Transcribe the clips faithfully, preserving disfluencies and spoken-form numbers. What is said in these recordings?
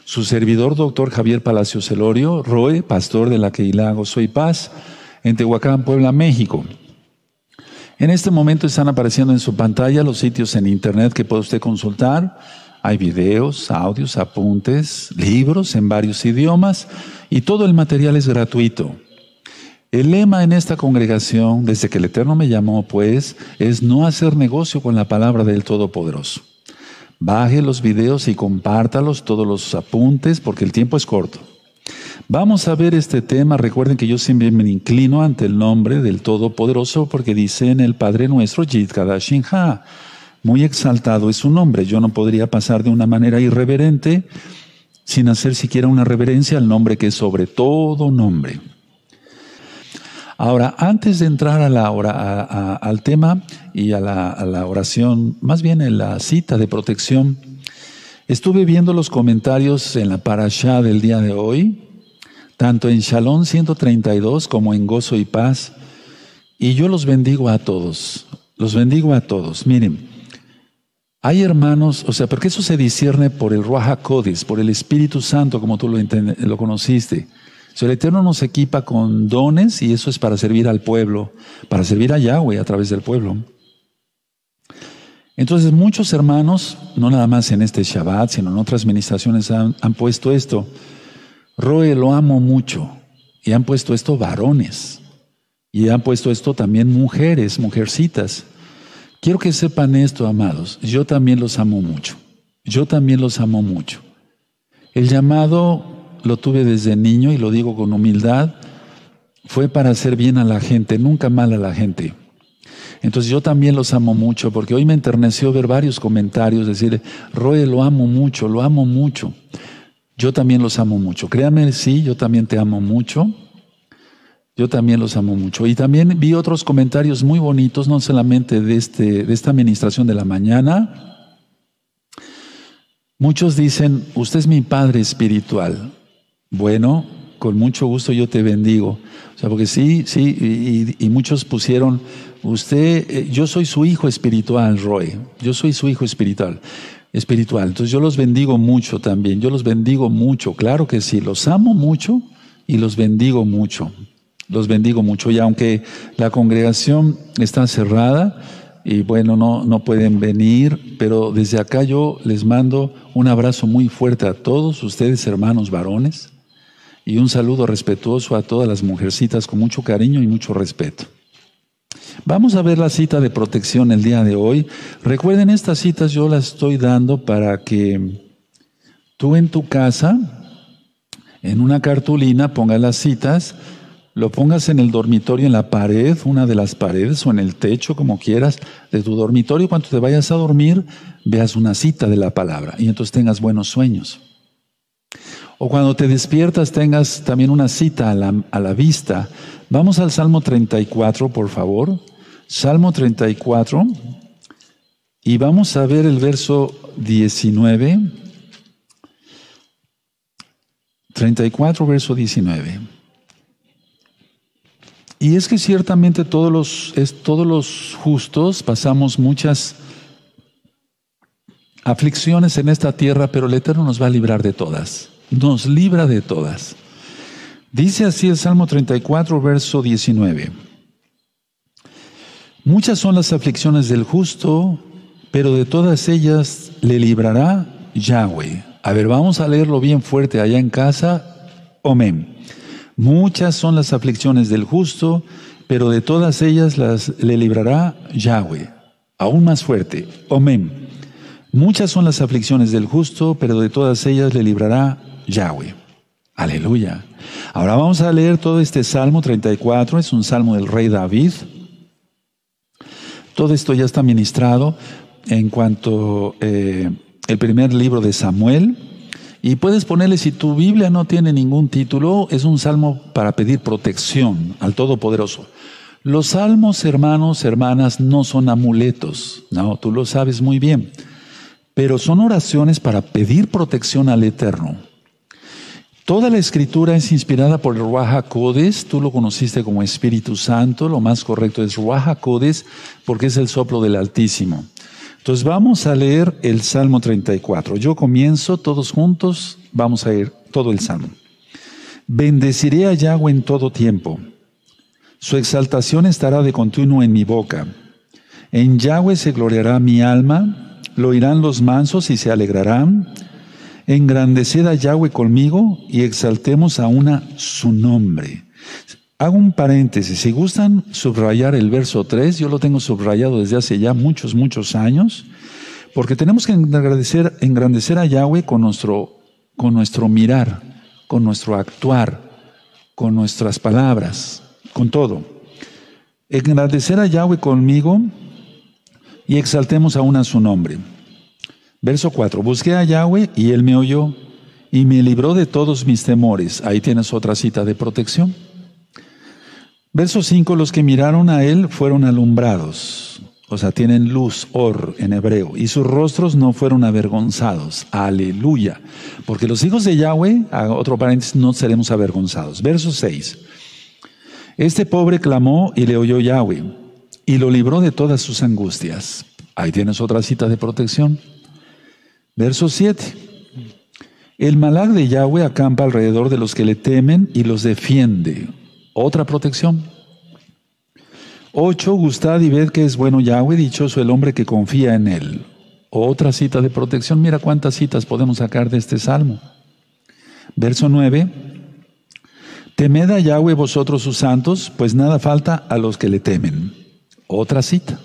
Su servidor, doctor Javier Palacios Elorio, Roe, pastor de la Keilah Gozo y Paz, en Tehuacán, Puebla, México. En este momento están apareciendo en su pantalla los sitios en internet que puede usted consultar. Hay videos, audios, apuntes, libros en varios idiomas y todo el material es gratuito. El lema en esta congregación, desde que el Eterno me llamó, pues, es no hacer negocio con la palabra del Todopoderoso. Baje los videos y compártalos, todos los apuntes, porque el tiempo es corto. Vamos a ver este tema. Recuerden que yo siempre me inclino ante el nombre del Todopoderoso, porque dice en el Padre Nuestro, Yid Kadashin Ha. Muy exaltado es su nombre. Yo no podría pasar de una manera irreverente sin hacer siquiera una reverencia al nombre que es sobre todo nombre. Ahora, antes de entrar a la hora, a, a, al tema y a la, a la oración, más bien en la cita de protección, estuve viendo los comentarios en la parashá del día de hoy, tanto en Shalom ciento treinta y dos como en Gozo y Paz, y yo los bendigo a todos, los bendigo a todos. Miren, hay hermanos, o sea, porque eso se discierne por el Ruach HaKodesh, por el Espíritu Santo, como tú lo, lo conociste. O sea, el Eterno nos equipa con dones y eso es para servir al pueblo, para servir a Yahweh a través del pueblo. Entonces muchos hermanos, no nada más en este Shabbat, sino en otras ministraciones han, han puesto esto. Roe, lo amo mucho. Y han puesto esto varones. Y han puesto esto también mujeres, mujercitas. Quiero que sepan esto, amados. Yo también los amo mucho. Yo también los amo mucho. El llamado lo tuve desde niño y lo digo con humildad. Fue para hacer bien a la gente, nunca mal a la gente. Entonces yo también los amo mucho, porque hoy me enterneció ver varios comentarios, decir, Roe, lo amo mucho, lo amo mucho. Yo también los amo mucho. Créanme, sí, yo también te amo mucho. Yo también los amo mucho. Y también vi otros comentarios muy bonitos, no solamente de, este, de esta administración de la mañana. Muchos dicen, usted es mi padre espiritual. Bueno, con mucho gusto yo te bendigo. O sea, porque sí, sí, y, y muchos pusieron, usted, eh, yo soy su hijo espiritual, Roy. Yo soy su hijo espiritual. Espiritual. Entonces yo los bendigo mucho también. Yo los bendigo mucho. Claro que sí. Los amo mucho y los bendigo mucho. Los bendigo mucho. Y aunque la congregación está cerrada y bueno, no, no pueden venir, pero desde acá yo les mando un abrazo muy fuerte a todos ustedes, hermanos varones, y un saludo respetuoso a todas las mujercitas con mucho cariño y mucho respeto. Vamos a ver la cita de protección el día de hoy. Recuerden, estas citas yo las estoy dando para que tú en tu casa, en una cartulina, pongas las citas, lo pongas en el dormitorio, en la pared, una de las paredes, o en el techo, como quieras, de tu dormitorio. Cuando te vayas a dormir, veas una cita de la palabra y entonces tengas buenos sueños. O cuando te despiertas tengas también una cita a la, a la vista. Vamos al Salmo treinta y cuatro, por favor. Salmo treinta y cuatro. Y vamos a ver el verso diecinueve. treinta y cuatro, verso diecinueve. Y es que ciertamente todos los, es, todos los justos pasamos muchas aflicciones en esta tierra, pero el Eterno nos va a librar de todas. Nos libra de todas. Dice así el Salmo treinta y cuatro, verso diecinueve. Muchas son las aflicciones del justo, pero de todas ellas le librará Yahweh. A ver, vamos a leerlo bien fuerte allá en casa. Amén. Muchas son las aflicciones del justo, pero de todas ellas las le librará Yahweh. Aún más fuerte. Amén. Muchas son las aflicciones del justo, pero de todas ellas le librará Yahweh. Aleluya. Ahora vamos a leer todo este Salmo treinta y cuatro, es un salmo del rey David. Todo esto ya está ministrado en cuanto eh, el primer libro de Samuel. Y puedes ponerle, si tu Biblia no tiene ningún título, es un salmo para pedir protección al Todopoderoso. Los salmos, hermanos, hermanas, no son amuletos. No, tú lo sabes muy bien. Pero son oraciones para pedir protección al Eterno. Toda la Escritura es inspirada por el Ruach HaKodesh. Tú lo conociste como Espíritu Santo. Lo más correcto es Ruach HaKodesh porque es el soplo del Altísimo. Entonces vamos a leer el Salmo treinta y cuatro. Yo comienzo, todos juntos, vamos a leer todo el Salmo. Bendeciré a Yahweh en todo tiempo. Su exaltación estará de continuo en mi boca. En Yahweh se gloriará mi alma, lo oirán los mansos y se alegrarán. Engrandeced a Yahweh conmigo y exaltemos aún a su nombre. Hago un paréntesis, si gustan subrayar el verso tres, yo lo tengo subrayado desde hace ya muchos, muchos años, porque tenemos que engrandecer, engrandecer a Yahweh con nuestro, con nuestro mirar, con nuestro actuar, con nuestras palabras, con todo. Engrandecer a Yahweh conmigo y exaltemos aún a su nombre. Verso cuatro, busqué a Yahweh y Él me oyó y me libró de todos mis temores. Ahí tienes otra cita de protección. Verso cinco, los que miraron a Él fueron alumbrados, o sea, tienen luz, or en hebreo, y sus rostros no fueron avergonzados. Aleluya. Porque los hijos de Yahweh, otro paréntesis, no seremos avergonzados. Verso seis, este pobre clamó y le oyó Yahweh y lo libró de todas sus angustias. Ahí tienes otra cita de protección. Verso siete, el malach de Yahweh acampa alrededor de los que le temen y los defiende. Otra protección. Ocho, gustad y ved que es bueno Yahweh, dichoso el hombre que confía en Él. Otra cita de protección. Mira cuántas citas podemos sacar de este salmo. Verso nueve. Temed a Yahweh vosotros sus santos, pues nada falta a los que le temen. Otra cita.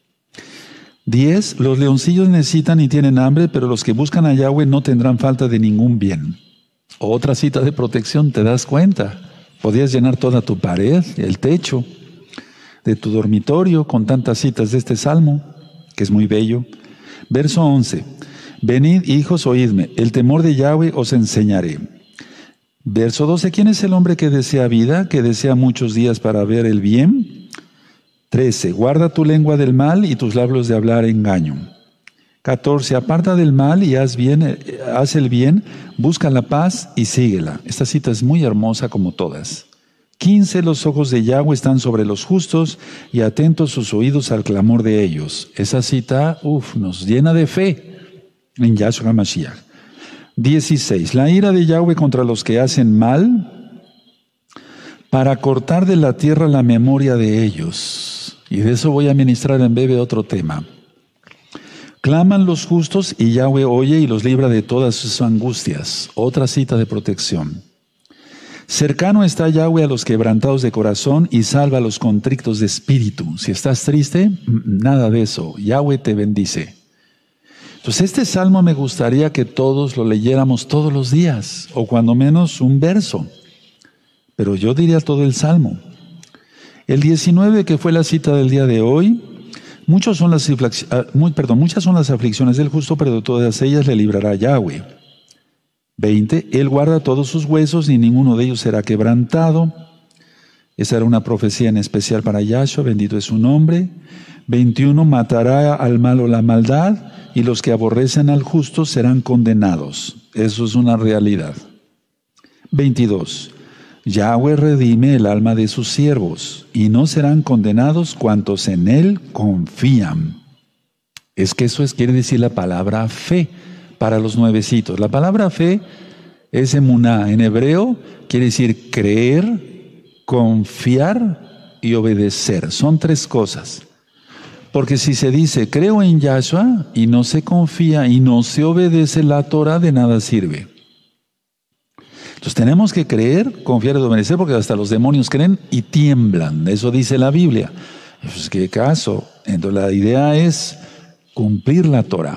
Diez, los leoncillos necesitan y tienen hambre, pero los que buscan a Yahweh no tendrán falta de ningún bien. Otra cita de protección, ¿te das cuenta? Podías llenar toda tu pared, el techo de tu dormitorio con tantas citas de este salmo, que es muy bello. Verso once. Venid, hijos, oídme, el temor de Yahweh os enseñaré. Verso doce. ¿Quién es el hombre que desea vida, que desea muchos días para ver el bien? trece. Guarda tu lengua del mal y tus labios de hablar engaño. catorce. Aparta del mal y haz bien, haz el bien, busca la paz y síguela. Esta cita es muy hermosa como todas. quince. Los ojos de Yahweh están sobre los justos y atentos sus oídos al clamor de ellos. Esa cita, uff, nos llena de fe en Yahshua Mashiach. dieciséis. La ira de Yahweh contra los que hacen mal, para cortar de la tierra la memoria de ellos. Y de eso voy a ministrar en breve otro tema. Claman los justos y Yahweh oye y los libra de todas sus angustias. Otra cita de protección. Cercano está Yahweh a los quebrantados de corazón y salva a los contrictos de espíritu. Si estás triste, nada de eso. Yahweh te bendice. Entonces este salmo me gustaría que todos lo leyéramos todos los días, o cuando menos un verso. Pero yo diría todo el salmo. El diecinueve, que fue la cita del día de hoy, Muchos son las, muy, perdón, muchas son las aflicciones del justo, pero de todas ellas le librará Yahweh. veinte. Él guarda todos sus huesos y ninguno de ellos será quebrantado. Esa era una profecía en especial para Yahshua, bendito es su nombre. veintiuno. Matará al malo la maldad y los que aborrecen al justo serán condenados. Eso es una realidad. veintidós. Yahweh redime el alma de sus siervos, y no serán condenados cuantos en Él confían. Es que eso es, quiere decir la palabra fe para los nuevecitos. La palabra fe es emuná. En hebreo quiere decir creer, confiar y obedecer. Son tres cosas. Porque si se dice creo en Yahshua y no se confía y no se obedece la Torah, de nada sirve. Entonces tenemos que creer, confiar y obedecer, porque hasta los demonios creen y tiemblan. Eso dice la Biblia. Pues qué caso. Entonces la idea es cumplir la Torah.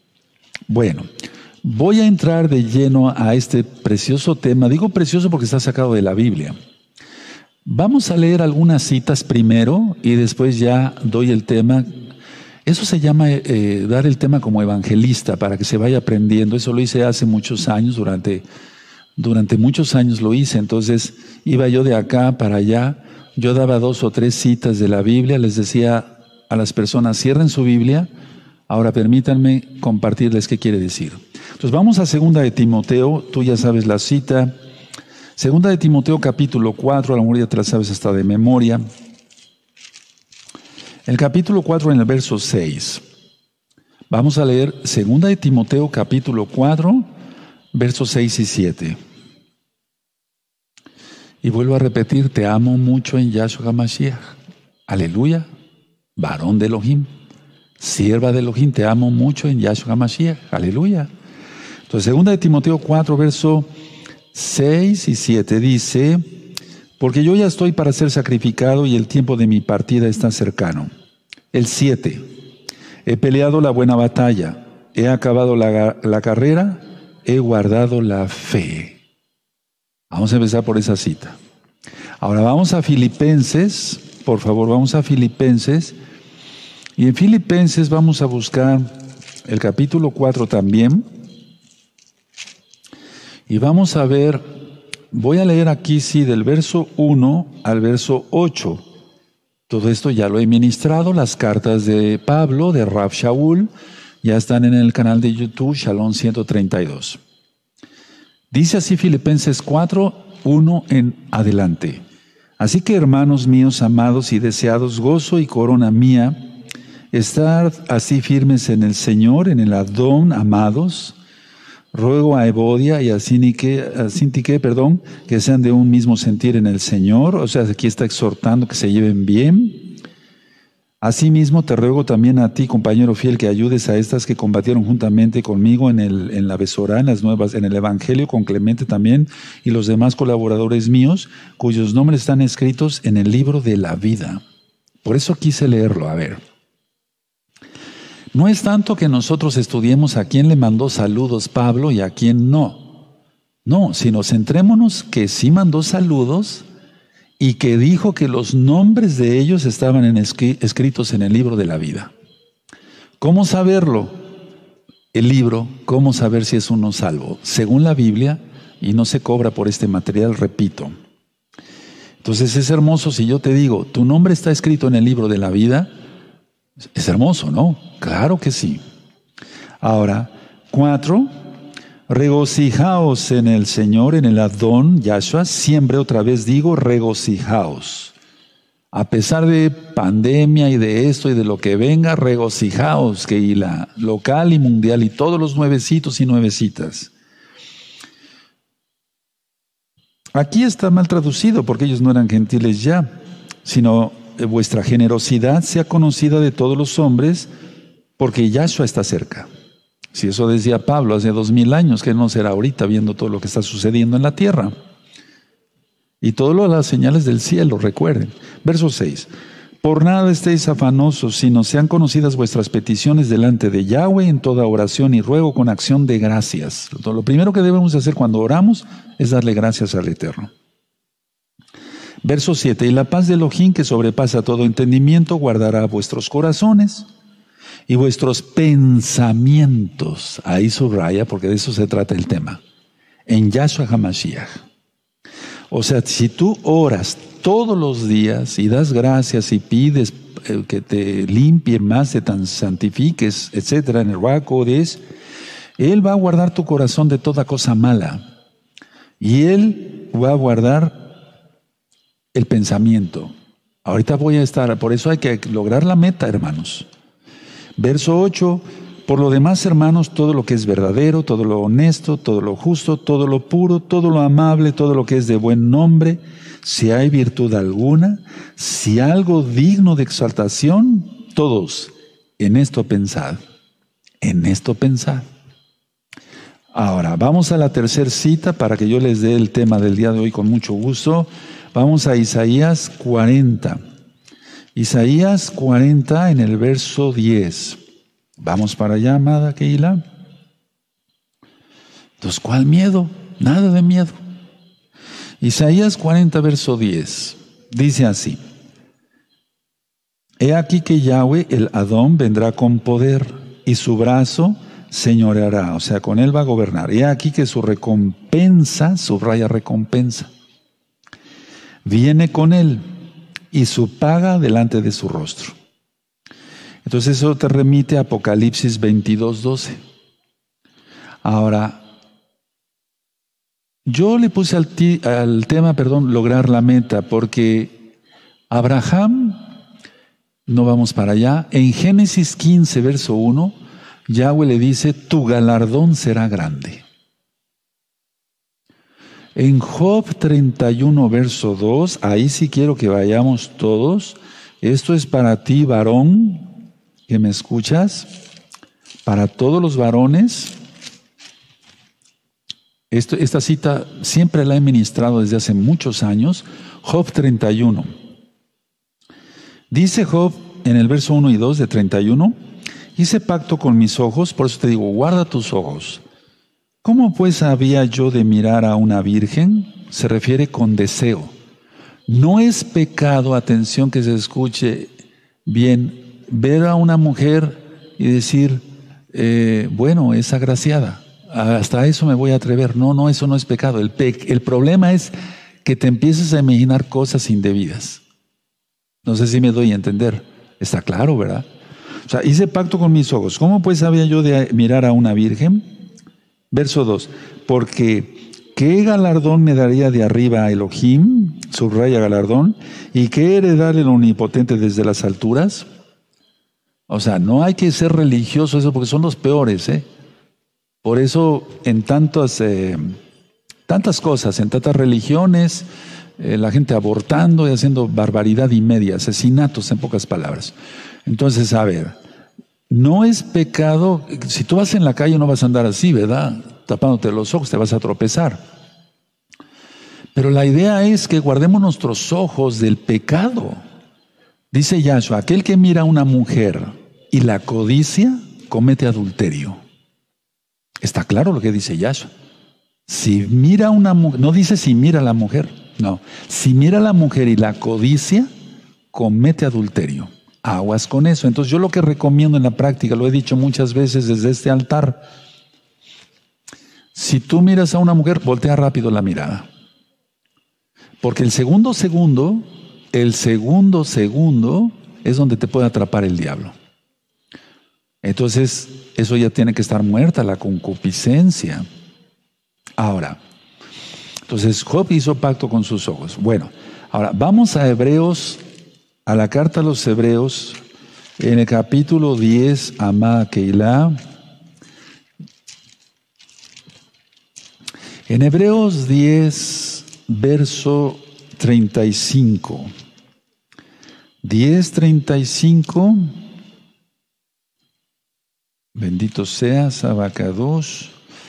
Bueno, voy a entrar de lleno a este precioso tema. Digo precioso porque está sacado de la Biblia. Vamos a leer algunas citas primero y después ya doy el tema. Eso se llama eh, dar el tema como evangelista, para que se vaya aprendiendo. Eso lo hice hace muchos años, durante... Durante muchos años lo hice. Entonces iba yo de acá para allá, yo daba dos o tres citas de la Biblia, les decía a las personas, cierren su Biblia, ahora permítanme compartirles qué quiere decir. Entonces vamos a Segunda de Timoteo, tú ya sabes la cita, Segunda de Timoteo capítulo cuatro, a lo mejor ya te la sabes hasta de memoria. El capítulo cuatro en el verso seis. Vamos a leer segunda de Timoteo capítulo cuatro, versos seis y siete. Y vuelvo a repetir, te amo mucho en Yahshua HaMashiach. Aleluya, varón de Elohim, sierva de Elohim, te amo mucho en Yahshua HaMashiach. Aleluya. Entonces, segunda de Timoteo cuatro, verso seis y siete dice, porque yo ya estoy para ser sacrificado y el tiempo de mi partida está cercano. El siete, he peleado la buena batalla, he acabado la, la carrera, he guardado la fe. Vamos a empezar por esa cita. Ahora vamos a Filipenses, por favor, vamos a Filipenses. Y en Filipenses vamos a buscar el capítulo cuatro también. Y vamos a ver, voy a leer aquí, sí, del verso uno al verso ocho. Todo esto ya lo he ministrado, las cartas de Pablo, de Rav Shaul, ya están en el canal de YouTube, Shalom ciento treinta y dos. Dice así Filipenses cuatro, uno en adelante. Así que, hermanos míos, amados y deseados, gozo y corona mía, estar así firmes en el Señor, en el Adón, amados. Ruego a Evodia y a Sintique, a Sintique, perdón, que sean de un mismo sentir en el Señor. O sea, aquí está exhortando que se lleven bien. Asimismo, te ruego también a ti, compañero fiel, que ayudes a estas que combatieron juntamente conmigo en, el, en la Besorá, en las nuevas, en el Evangelio, con Clemente también, y los demás colaboradores míos, cuyos nombres están escritos en el libro de la vida. Por eso quise leerlo, a ver. No es tanto que nosotros estudiemos a quién le mandó saludos Pablo y a quién no. No, sino centrémonos que sí mandó saludos y que dijo que los nombres de ellos estaban en escri- escritos en el libro de la vida. ¿Cómo saberlo? El libro, ¿cómo saber si es uno salvo? Según la Biblia, y no se cobra por este material, repito. Entonces es hermoso si yo te digo, tu nombre está escrito en el libro de la vida. Es hermoso, ¿no? Claro que sí. Ahora, cuatro, regocijaos en el Señor, en el Adón, Yahshua. Siempre otra vez digo, regocijaos. A pesar de pandemia y de esto y de lo que venga, regocijaos, que y la local y mundial y todos los nuevecitos y nuevecitas. Aquí está mal traducido porque ellos no eran gentiles ya, sino vuestra generosidad sea conocida de todos los hombres, porque Yahshua está cerca. Si eso decía Pablo hace dos mil años, que no será ahorita viendo todo lo que está sucediendo en la tierra. Y todo lo de las señales del cielo, recuerden. Verso seis. Por nada estéis afanosos, sino sean conocidas vuestras peticiones delante de Yahweh en toda oración y ruego con acción de gracias. Lo primero que debemos hacer cuando oramos es darle gracias al Eterno. Verso siete, y la paz de Elohim, que sobrepasa todo entendimiento, guardará vuestros corazones y vuestros pensamientos. Ahí subraya, porque de eso se trata el tema. En Yahshua HaMashiach. O sea, si tú oras todos los días y das gracias y pides eh, que te limpie más, te tan santifiques, etcétera, en el Ruach HaKodesh, Él va a guardar tu corazón de toda cosa mala. Y Él va a guardar el pensamiento. Ahorita voy a estar, por eso hay que lograr la meta, hermanos. Verso ocho, por lo demás, hermanos, todo lo que es verdadero, todo lo honesto, todo lo justo, todo lo puro, todo lo amable, todo lo que es de buen nombre, si hay virtud alguna, si algo digno de exaltación, todos, en esto pensad, en esto pensad. Ahora, vamos a la tercera cita para que yo les dé el tema del día de hoy con mucho gusto. Vamos a Isaías cuarenta. Isaías cuarenta en el verso diez. Vamos para allá, amada Keila. Entonces, ¿cuál miedo? Nada de miedo. Isaías cuarenta, verso diez. Dice así. He aquí que Yahweh, el Adón, vendrá con poder y su brazo señoreará. O sea, con él va a gobernar. He aquí que su recompensa, subraya recompensa, viene con él y su paga delante de su rostro. Entonces eso te remite a Apocalipsis veintidós, doce. Ahora, yo le puse al, ti, al tema, perdón, lograr la meta, porque Abraham, no vamos para allá, en Génesis quince, verso uno, Yahweh le dice, tu galardón será grande. En Job treinta y uno, verso dos, ahí sí quiero que vayamos todos. Esto es para ti, varón, que me escuchas, para todos los varones. Esto, esta cita siempre la he ministrado desde hace muchos años. Job treinta y uno. Dice Job en el verso uno y dos de treinta y uno, hice pacto con mis ojos, por eso te digo, guarda tus ojos. ¿Cómo pues había yo de mirar a una virgen? Se refiere con deseo. No es pecado, atención que se escuche bien, ver a una mujer y decir, eh, bueno, es agraciada, hasta eso me voy a atrever. No, no, eso no es pecado. El, pe el problema es que te empieces a imaginar cosas indebidas. No sé si me doy a entender. Está claro, ¿verdad? O sea, hice pacto con mis ojos. ¿Cómo pues había yo de mirar a una virgen? Verso dos. Porque ¿qué galardón me daría de arriba a Elohim? Subraya galardón. ¿Y qué heredar el omnipotente desde las alturas? O sea, no hay que ser religioso eso porque son los peores, ¿eh? Por eso en tantas, eh, tantas cosas, en tantas religiones, eh, la gente abortando y haciendo barbaridad y media, asesinatos en pocas palabras. Entonces, a ver, no es pecado, si tú vas en la calle no vas a andar así, ¿verdad? Tapándote los ojos, te vas a tropezar. Pero la idea es que guardemos nuestros ojos del pecado. Dice Yahshua, aquel que mira a una mujer y la codicia, comete adulterio. Está claro lo que dice Yahshua. Si mira a una mujer, no dice si mira a la mujer, no. Si mira a la mujer y la codicia, comete adulterio. Aguas con eso. Entonces yo lo que recomiendo en la práctica, lo he dicho muchas veces desde este altar, si tú miras a una mujer, voltea rápido la mirada. Porque el segundo segundo, el segundo segundo es donde te puede atrapar el diablo. Entonces, eso ya tiene que estar muerta, la concupiscencia. Ahora, entonces Job hizo pacto con sus ojos. Bueno, ahora vamos a Hebreos, a la carta a los Hebreos, en el capítulo diez, amada Keilah. En Hebreos diez, verso treinta y cinco. diez, treinta y cinco. Bendito seas, Abacados.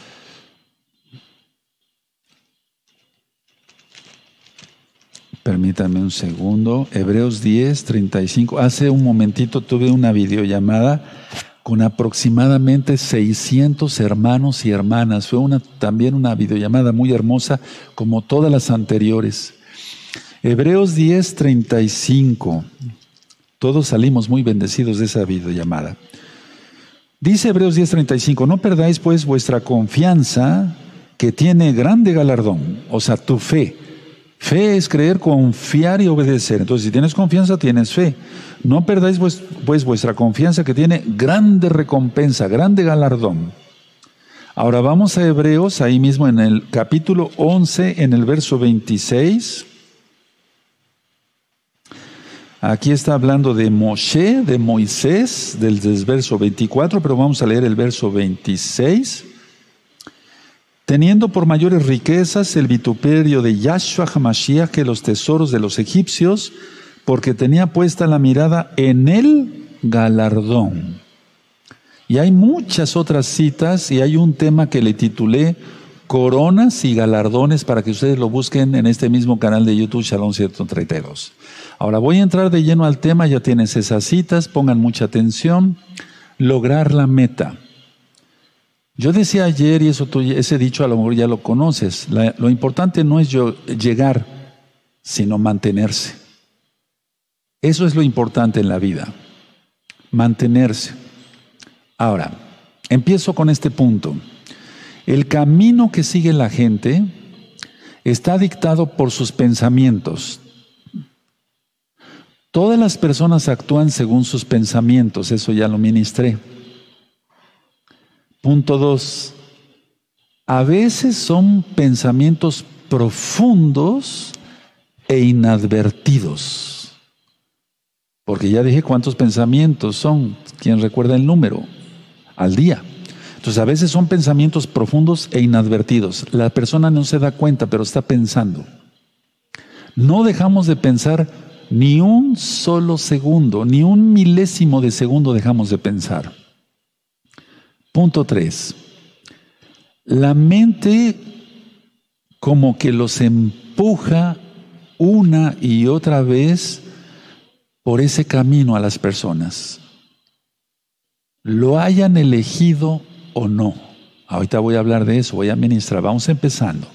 Permítame un segundo. Hebreos diez, treinta y cinco. Hace un momentito tuve una videollamada con aproximadamente seiscientos hermanos y hermanas. Fue una, también una videollamada muy hermosa, como todas las anteriores. Hebreos diez, treinta y cinco. Todos salimos muy bendecidos de esa videollamada. Dice Hebreos diez, treinta y cinco, no perdáis pues vuestra confianza que tiene grande galardón, o sea, tu fe. Fe es creer, confiar y obedecer. Entonces, si tienes confianza, tienes fe. No perdáis pues, pues vuestra confianza que tiene grande recompensa, grande galardón. Ahora vamos a Hebreos, ahí mismo en el capítulo once, en el verso veintiséis. Aquí está hablando de Moshe, de Moisés, del verso veinticuatro, pero vamos a leer el verso veintiséis. Teniendo por mayores riquezas el vituperio de Yahshua HaMashiach que los tesoros de los egipcios, porque tenía puesta la mirada en el galardón. Y hay muchas otras citas, y hay un tema que le titulé Coronas y Galardones, para que ustedes lo busquen en este mismo canal de YouTube, Shalom ciento treinta y dos. Ahora voy a entrar de lleno al tema, ya tienes esas citas, pongan mucha atención. Lograr la meta. Yo decía ayer, y eso tú, ese dicho a lo mejor ya lo conoces, la, lo importante no es yo, llegar, sino mantenerse. Eso es lo importante en la vida, mantenerse. Ahora, empiezo con este punto. El camino que sigue la gente está dictado por sus pensamientos. Todas las personas actúan según sus pensamientos, eso ya lo ministré. Punto dos. A veces son pensamientos profundos e inadvertidos. Porque ya dije cuántos pensamientos son. ¿Quién recuerda el número? al día. Entonces a veces son pensamientos profundos e inadvertidos. La persona no se da cuenta, pero está pensando. No dejamos de pensar ni un solo segundo, ni un milésimo de segundo dejamos de pensar. Punto tres. La mente como que los empuja una y otra vez por ese camino a las personas. Lo hayan elegido o no. Ahorita voy a hablar de eso, voy a ministrar. Vamos empezando.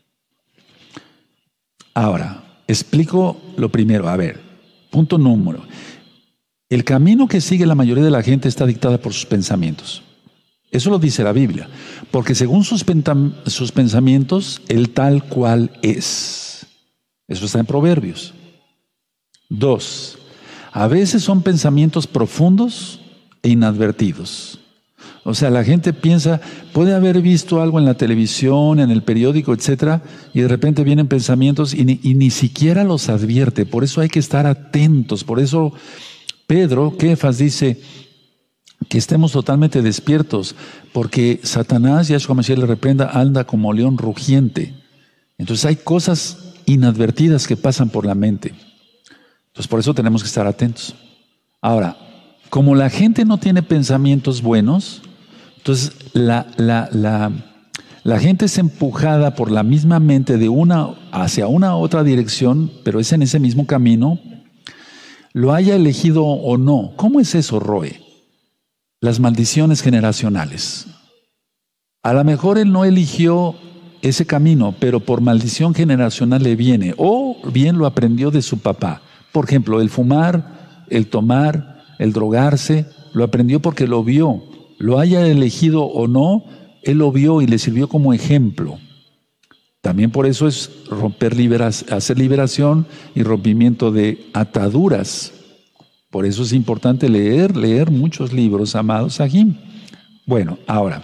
Ahora, explico lo primero. A ver, punto número. El camino que sigue la mayoría de la gente está dictada por sus pensamientos. Eso lo dice la Biblia. Porque según sus, sus pensamientos, el tal cual es. Eso está en Proverbios. Dos, a veces son pensamientos profundos e inadvertidos. O sea, la gente piensa, puede haber visto algo en la televisión, en el periódico, etcétera, y de repente vienen pensamientos y ni, y ni siquiera los advierte. Por eso hay que estar atentos. Por eso Pedro, Kefas, dice que estemos totalmente despiertos, porque Satanás, Yahshua Mashiach le reprenda, anda como león rugiente. Entonces hay cosas inadvertidas que pasan por la mente. Entonces por eso tenemos que estar atentos. Ahora, como la gente no tiene pensamientos buenos, entonces la, la, la, la gente es empujada por la misma mente de una hacia una otra dirección, pero es en ese mismo camino, lo haya elegido o no. ¿Cómo es eso, Roe? Las maldiciones generacionales. A lo mejor él no eligió ese camino, pero por maldición generacional le viene, o bien lo aprendió de su papá. Por ejemplo, el fumar, el tomar, el drogarse, lo aprendió porque lo vio. Lo haya elegido o no, él lo vio y le sirvió como ejemplo. También por eso es romper liberas, hacer liberación y rompimiento de ataduras. Por eso es importante leer, leer muchos libros, amados aquí. Bueno, ahora,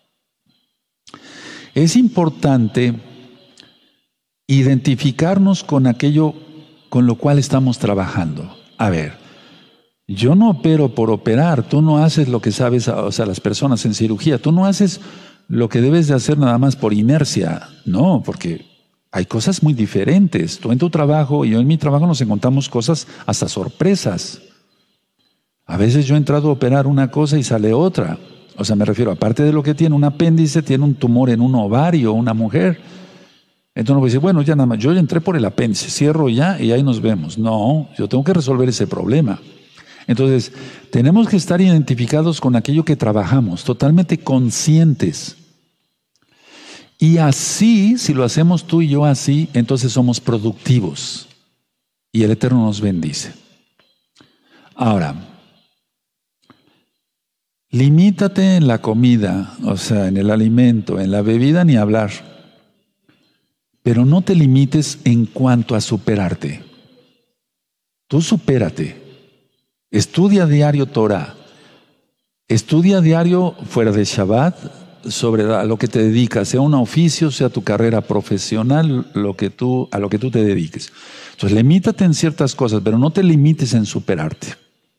es importante identificarnos con aquello con lo cual estamos trabajando. A ver, yo no opero por operar, tú no haces lo que sabes, o sea, las personas en cirugía, tú no haces lo que debes de hacer nada más por inercia, no, porque hay cosas muy diferentes. Tú en tu trabajo y yo en mi trabajo nos encontramos cosas hasta sorpresas. A veces yo he entrado a operar una cosa y sale otra. O sea, me refiero, aparte de lo que tiene un apéndice, tiene un tumor en un ovario, una mujer. Entonces no voy a decir, bueno, ya nada más, yo ya entré por el apéndice, cierro ya y ahí nos vemos. No, yo tengo que resolver ese problema. Entonces, tenemos que estar identificados con aquello que trabajamos, totalmente conscientes. Y así, si lo hacemos tú y yo así, entonces somos productivos. Y el Eterno nos bendice. Ahora, limítate en la comida, o sea, en el alimento, en la bebida, ni hablar. Pero no te limites en cuanto a superarte. Tú supérate. Estudia diario Torah. Estudia diario fuera de Shabbat sobre a lo que te dedicas, sea un oficio, sea tu carrera profesional, lo que tú, a lo que tú te dediques. Entonces, limítate en ciertas cosas, pero no te limites en superarte.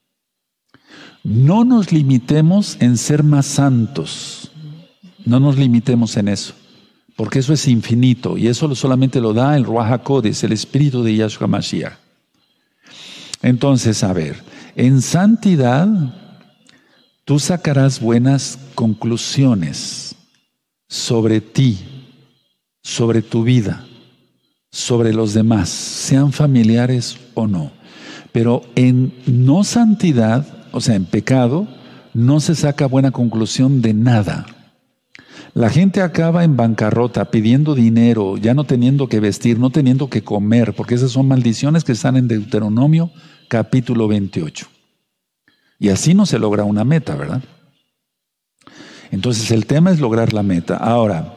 No nos limitemos en ser más santos. No nos limitemos en eso, porque eso es infinito y eso solamente lo da el Ruach HaKodesh, el Espíritu de Yahshua Mashiach. Entonces, a ver, en santidad tú sacarás buenas conclusiones sobre ti, sobre tu vida, sobre los demás, sean familiares o no. Pero en no santidad, o sea, en pecado, no se saca buena conclusión de nada. La gente acaba en bancarrota, pidiendo dinero, ya no teniendo que vestir, no teniendo que comer, porque esas son maldiciones que están en Deuteronomio capítulo veintiocho. Y así no se logra una meta, ¿verdad? Entonces el tema es lograr la meta. Ahora,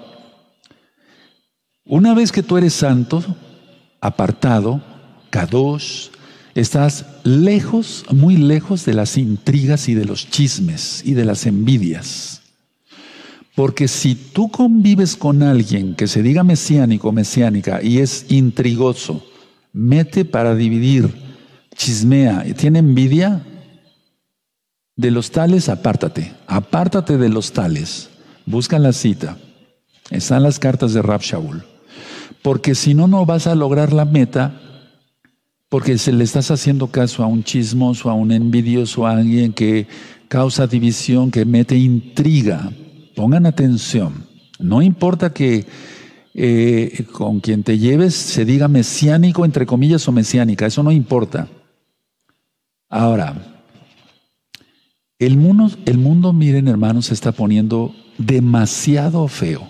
una vez que tú eres santo, apartado, kadosh, estás lejos, muy lejos de las intrigas y de los chismes y de las envidias. Porque si tú convives con alguien que se diga mesiánico o mesiánica y es intrigoso, mete para dividir, chismea y tiene envidia, De los tales, apártate. Apártate de los tales. Busca la cita. Están las cartas de Rab Shaul. Porque si no, no vas a lograr la meta, porque se le estás haciendo caso a un chismoso, a un envidioso, a alguien que causa división, que mete intriga. Pongan atención. No importa que eh, con quien te lleves se diga mesiánico, entre comillas, o mesiánica. Eso no importa. Ahora, el mundo, el mundo, miren hermanos, se está poniendo demasiado feo.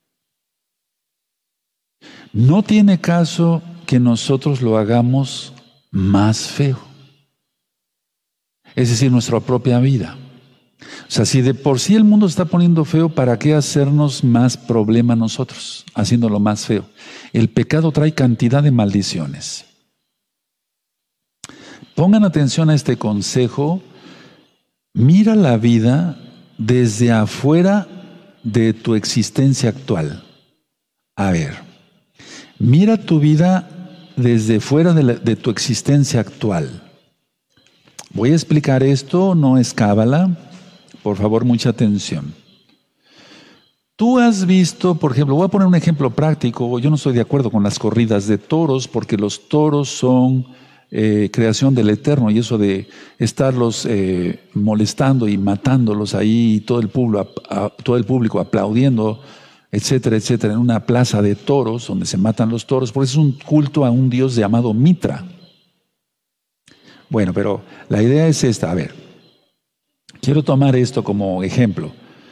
No tiene caso que nosotros lo hagamos más feo. Es decir, nuestra propia vida. O sea, si de por sí el mundo está poniendo feo, ¿para qué hacernos más problema nosotros, haciéndolo más feo? El pecado trae cantidad de maldiciones. Pongan atención a este consejo. Mira la vida desde afuera de tu existencia actual. A ver, mira tu vida desde fuera de, la, de tu existencia actual. Voy a explicar esto, no es cábala. Por favor, mucha atención. Tú has visto, por ejemplo, voy a poner un ejemplo práctico. Yo no estoy de acuerdo con las corridas de toros porque los toros son eh, creación del Eterno y eso de estarlos eh, molestando y matándolos ahí y todo el público, a, a, todo el público aplaudiendo, etcétera, etcétera, en una plaza de toros donde se matan los toros, porque es un culto a un dios llamado Mitra. Bueno, pero la idea es esta. A ver, quiero tomar esto como ejemplo.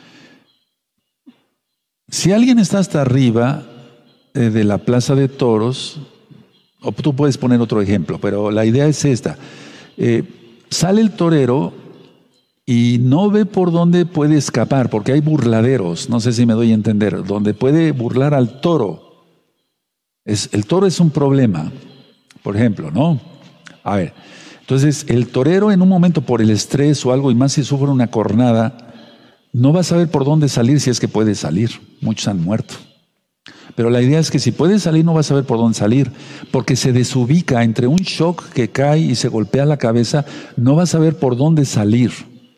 Si alguien está hasta arriba eh, de la plaza de toros, o tú puedes poner otro ejemplo, pero la idea es esta. Eh, sale el torero y no ve por dónde puede escapar, porque hay burladeros, no sé si me doy a entender, donde puede burlar al toro. Es, el toro es un problema, por ejemplo, ¿no? A ver, entonces el torero en un momento por el estrés o algo, y más si sufre una cornada, no va a saber por dónde salir si es que puede salir. Muchos han muerto. Pero la idea es que si puede salir no va a saber por dónde salir, porque se desubica entre un shock que cae y se golpea la cabeza, no va a saber por dónde salir.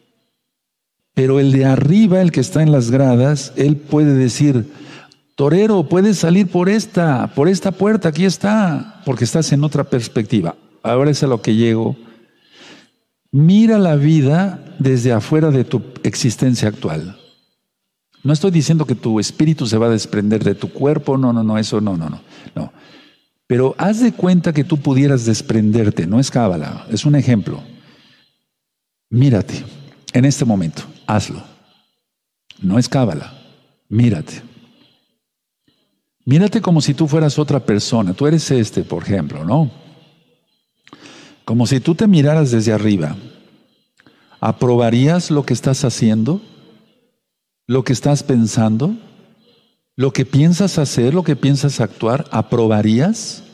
Pero el de arriba, el que está en las gradas, él puede decir, torero, puedes salir por esta, por esta puerta, aquí está, porque estás en otra perspectiva. Ahora es a lo que llego. Mira la vida desde afuera de tu existencia actual. No estoy diciendo que tu espíritu se va a desprender de tu cuerpo, no, no, no, eso no, no, no, no. Pero haz de cuenta que tú pudieras desprenderte, no es cábala, es un ejemplo. Mírate, en este momento, hazlo. No es cábala, mírate. Mírate como si tú fueras otra persona, tú eres este, por ejemplo, ¿no? Como si tú te miraras desde arriba. ¿Aprobarías lo que estás haciendo? ¿Lo que estás pensando? ¿Lo que piensas hacer? ¿Lo que piensas actuar? ¿Aprobarías?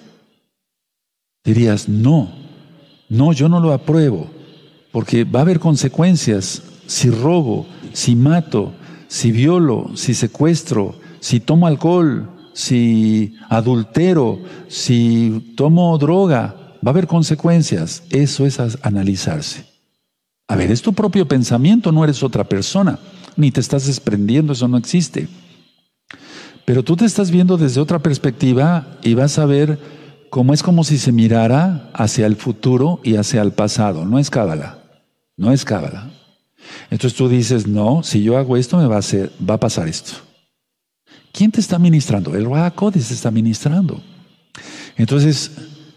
Dirías, no, no, yo no lo apruebo, porque va a haber consecuencias. Si robo, si mato, si violo, si secuestro, si tomo alcohol, si adultero, si tomo droga, va a haber consecuencias. Eso es analizarse. A ver, es tu propio pensamiento, no eres otra persona, ni te estás desprendiendo, eso no existe. Pero tú te estás viendo desde otra perspectiva y vas a ver cómo es como si se mirara hacia el futuro y hacia el pasado. No es cábala, no es cábala. Entonces tú dices, no, si yo hago esto me va a hacer, va a pasar esto. ¿Quién te está ministrando? El Ruach HaKodesh te está ministrando. Entonces,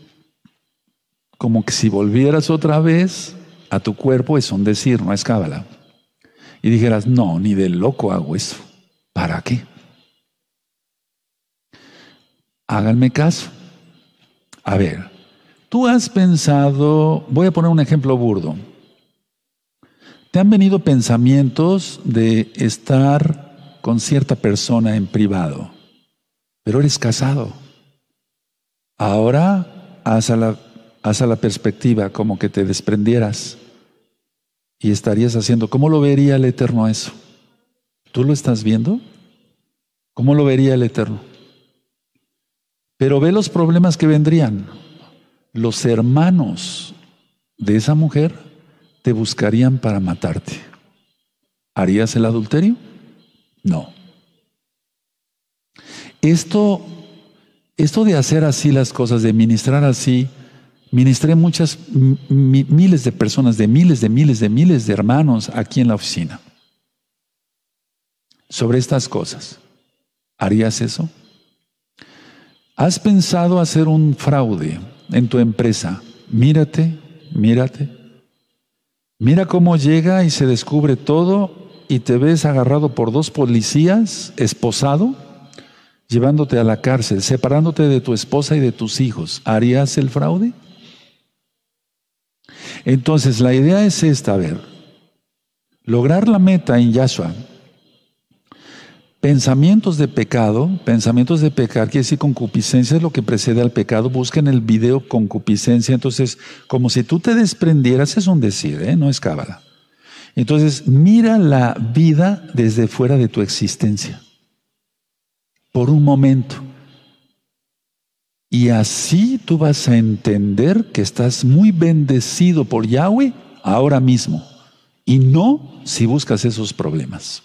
como que si volvieras otra vez a tu cuerpo, es un decir, no es cábala. Y dijeras, no, ni de loco hago eso. ¿Para qué? Háganme caso. A ver, tú has pensado, voy a poner un ejemplo burdo. ¿Te han venido pensamientos de estar con cierta persona en privado, pero eres casado? Ahora haz a la, haz a la perspectiva como que te desprendieras y estarías haciendo. ¿Cómo lo vería el Eterno eso? ¿Tú lo estás viendo? ¿Cómo lo vería el Eterno? Pero ve los problemas que vendrían. Los hermanos de esa mujer te buscarían para matarte. ¿Harías el adulterio? No. Esto, esto de hacer así las cosas, de ministrar así, ministré muchas, mi, miles de personas, de miles, de miles, de miles de hermanos aquí en la oficina. Sobre estas cosas. ¿Harías eso? ¿Has pensado hacer un fraude en tu empresa? Mírate, mírate. Mira cómo llega y se descubre todo y te ves agarrado por dos policías, esposado, llevándote a la cárcel, separándote de tu esposa y de tus hijos. ¿Harías el fraude? Entonces, la idea es esta, a ver, lograr la meta en Yahshua. Pensamientos de pecado, pensamientos de pecar, quiere decir concupiscencia es lo que precede al pecado. Busquen el video concupiscencia. Entonces, como si tú te desprendieras, es un decir, ¿eh? No es cábala. Entonces, mira la vida desde fuera de tu existencia. Por un momento. Y así tú vas a entender que estás muy bendecido por Yahweh ahora mismo. Y no si buscas esos problemas.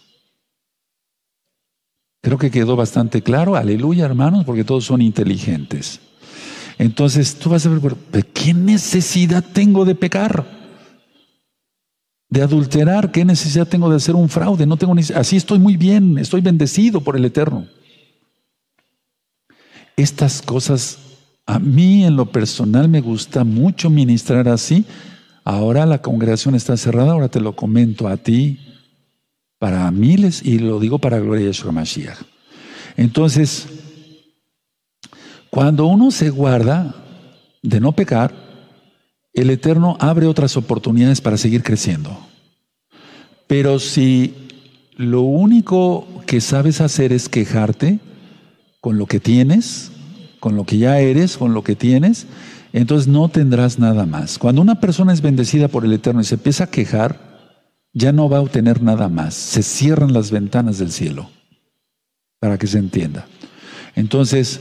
Creo que quedó bastante claro. Aleluya, hermanos, porque todos son inteligentes. Entonces tú vas a ver, ¿qué necesidad tengo de pecar? De adulterar, ¿qué necesidad tengo de hacer un fraude? No tengo necesidad. Así estoy muy bien, estoy bendecido por el Eterno. Estas cosas, a mí en lo personal me gusta mucho ministrar así. Ahora la congregación está cerrada, ahora te lo comento a ti, para miles, y lo digo para gloria de Yahshua Mashiach. Entonces, cuando uno se guarda de no pecar, el Eterno abre otras oportunidades para seguir creciendo. Pero si lo único que sabes hacer es quejarte con lo que tienes, con lo que ya eres, con lo que tienes, entonces no tendrás nada más. Cuando una persona es bendecida por el Eterno y se empieza a quejar, ya no va a obtener nada más. Se cierran las ventanas del cielo, para que se entienda. Entonces,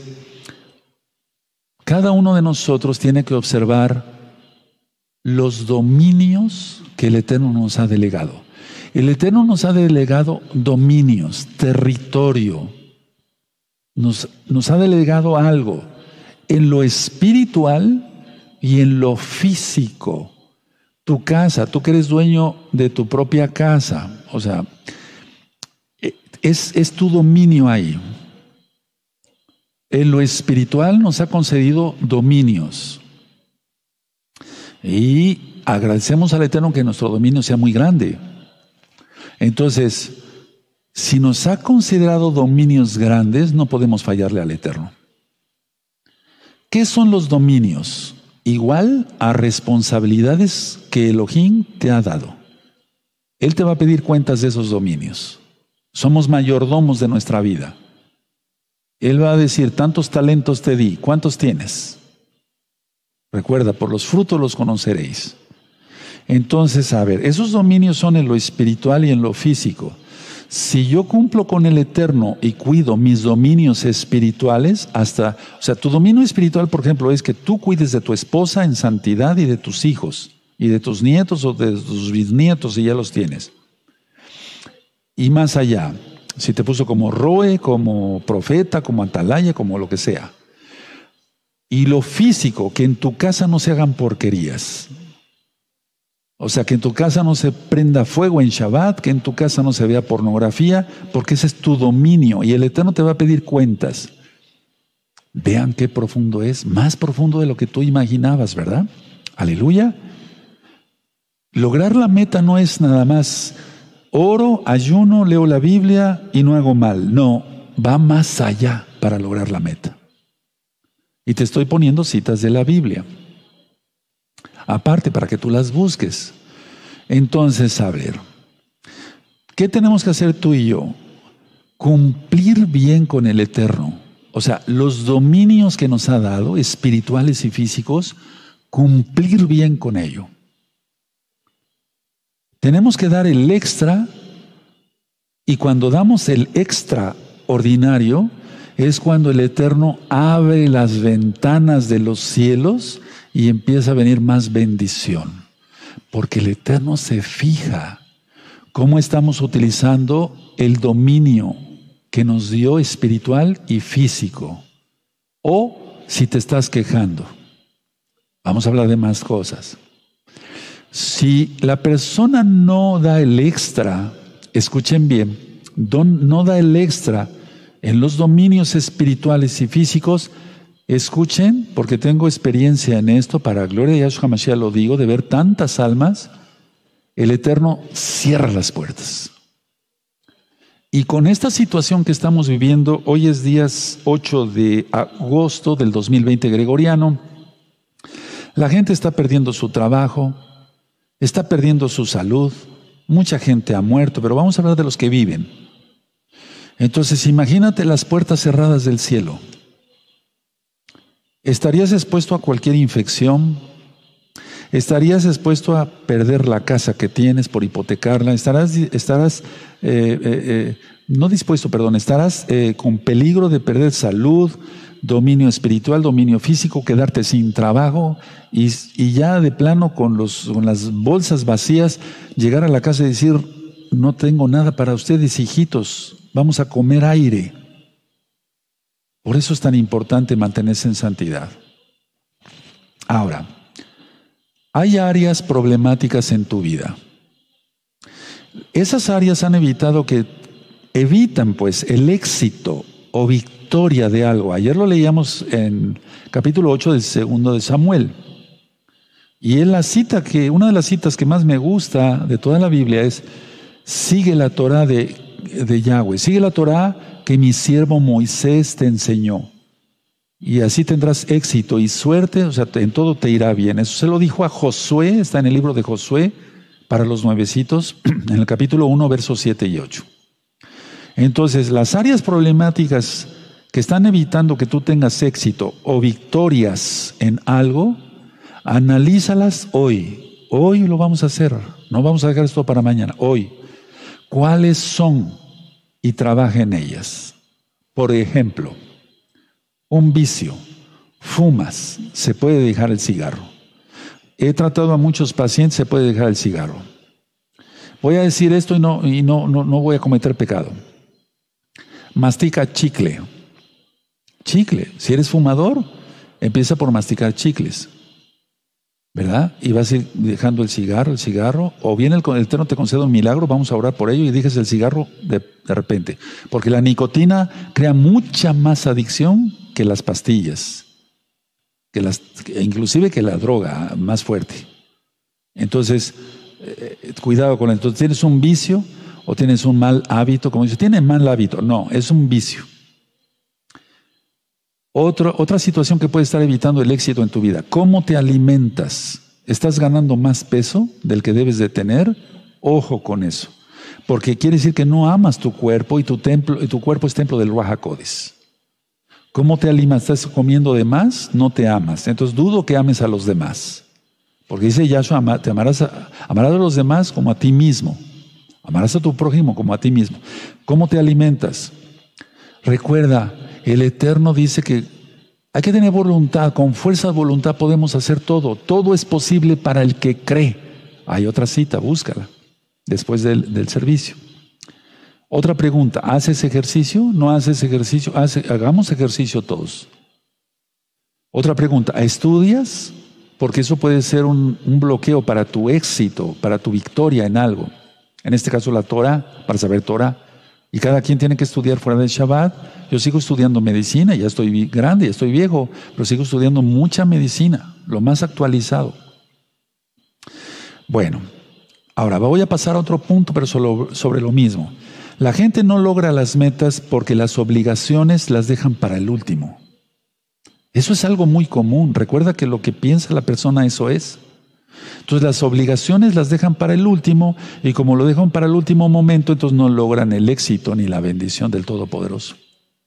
cada uno de nosotros tiene que observar los dominios que el Eterno nos ha delegado. El Eterno nos ha delegado dominios, territorio. Nos, nos ha delegado algo en lo espiritual y en lo físico. Tu casa, tú que eres dueño de tu propia casa, o sea, es, es tu dominio ahí. En lo espiritual nos ha concedido dominios. Y agradecemos al Eterno que nuestro dominio sea muy grande. Entonces, si nos ha considerado dominios grandes, no podemos fallarle al Eterno. ¿Qué son los dominios? Igual a responsabilidades que Elohim te ha dado. Él te va a pedir cuentas de esos dominios. Somos mayordomos de nuestra vida. Él va a decir, tantos talentos te di, ¿cuántos tienes? Recuerda, por los frutos los conoceréis. Entonces, a ver, esos dominios son en lo espiritual y en lo físico. Si yo cumplo con el Eterno y cuido mis dominios espirituales, hasta, o sea, tu dominio espiritual, por ejemplo, es que tú cuides de tu esposa en santidad y de tus hijos, y de tus nietos o de tus bisnietos, si ya los tienes. Y más allá, si te puso como roe, como profeta, como atalaya, como lo que sea. Y lo físico, que en tu casa no se hagan porquerías. O sea, que en tu casa no se prenda fuego en Shabbat, que en tu casa no se vea pornografía, porque ese es tu dominio y el Eterno te va a pedir cuentas. Vean qué profundo es, más profundo de lo que tú imaginabas, ¿verdad? Aleluya. Lograr la meta no es nada más oro, ayuno, leo la Biblia y no hago mal. No, va más allá para lograr la meta. Y te estoy poniendo citas de la Biblia. Aparte, para que tú las busques. Entonces, a ver, ¿qué tenemos que hacer tú y yo? Cumplir bien con el Eterno. O sea, los dominios que nos ha dado, espirituales y físicos, cumplir bien con ello. Tenemos que dar el extra, y cuando damos el extraordinario, es cuando el Eterno abre las ventanas de los cielos y empieza a venir más bendición. Porque el Eterno se fija cómo estamos utilizando el dominio que nos dio espiritual y físico. O si te estás quejando. Vamos a hablar de más cosas. Si la persona no da el extra, escuchen bien, don, no da el extra en los dominios espirituales y físicos, escuchen, porque tengo experiencia en esto, para gloria de Yahshua Mashiach lo digo, de ver tantas almas, el Eterno cierra las puertas. Y con esta situación que estamos viviendo, hoy es día ocho de agosto del dos mil veinte gregoriano, la gente está perdiendo su trabajo, está perdiendo su salud, mucha gente ha muerto, pero vamos a hablar de los que viven. Entonces, imagínate las puertas cerradas del cielo. ¿Estarías expuesto a cualquier infección? ¿Estarías expuesto a perder la casa que tienes por hipotecarla? ¿Estarás, estarás eh, eh, eh, no dispuesto, perdón, estarás eh, con peligro de perder salud, dominio espiritual, dominio físico, quedarte sin trabajo y, y ya de plano con, los, con las bolsas vacías, llegar a la casa y decir, no tengo nada para ustedes, hijitos, vamos a comer aire? Por eso es tan importante mantenerse en santidad. Ahora, hay áreas problemáticas en tu vida. Esas áreas han evitado que, evitan pues el éxito o victoria de algo. Ayer lo leíamos en capítulo ocho del segundo de Samuel. Y en la cita que, una de las citas que más me gusta de toda la Biblia es, sigue la Torah de, de Yahweh, sigue la Torah que mi siervo Moisés te enseñó. Y así tendrás éxito y suerte, o sea, en todo te irá bien. Eso se lo dijo a Josué, está en el libro de Josué, para los nuevecitos, en el capítulo uno, versos siete y ocho. Entonces, las áreas problemáticas que están evitando que tú tengas éxito o victorias en algo, analízalas hoy. Hoy lo vamos a hacer, no vamos a dejar esto para mañana, hoy. ¿Cuáles son? Y trabaja en ellas. Por ejemplo, un vicio, fumas, se puede dejar el cigarro. He tratado a muchos pacientes, se puede dejar el cigarro. Voy a decir esto y no, y no, no, no voy a cometer pecado. Mastica chicle. Chicle. Si eres fumador, empieza por masticar chicles, ¿verdad? Y vas a ir dejando el cigarro, el cigarro, o bien el, el Eterno te concede un milagro, vamos a orar por ello y dejes el cigarro de, de repente. Porque la nicotina crea mucha más adicción que las pastillas, que las, inclusive que la droga más fuerte. Entonces, eh, cuidado con eso. Entonces, tienes un vicio o tienes un mal hábito, como dice, tiene mal hábito. No, es un vicio. Otro, otra situación que puede estar evitando el éxito en tu vida. ¿Cómo te alimentas? ¿Estás ganando más peso del que debes de tener? Ojo con eso. Porque quiere decir que no amas tu cuerpo y tu, templo, y tu cuerpo es templo del Ruach HaKodesh. ¿Cómo te alimentas? ¿Estás comiendo de más? No te amas. Entonces dudo que ames a los demás. Porque dice Yahshua, te amarás a, amarás a los demás como a ti mismo. Amarás a tu prójimo como a ti mismo. ¿Cómo te alimentas? Recuerda, el Eterno dice que hay que tener voluntad. Con fuerza de voluntad podemos hacer todo. Todo es posible para el que cree. Hay otra cita, búscala, después del, del servicio. Otra pregunta, ¿haces ejercicio? ¿No haces ejercicio? Hace, hagamos ejercicio todos. Otra pregunta, ¿estudias? Porque eso puede ser un, un bloqueo para tu éxito, para tu victoria en algo. En este caso la Torah, para saber Torah. Y cada quien tiene que estudiar fuera del Shabbat. Yo sigo estudiando medicina, ya estoy grande, ya estoy viejo, pero sigo estudiando mucha medicina, lo más actualizado. Bueno, ahora voy a pasar a otro punto, pero solo sobre lo mismo. La gente no logra las metas porque las obligaciones las dejan para el último. Eso es algo muy común. Recuerda que lo que piensa la persona, eso es. Entonces las obligaciones las dejan para el último y como lo dejan para el último momento, entonces no logran el éxito ni la bendición del Todopoderoso.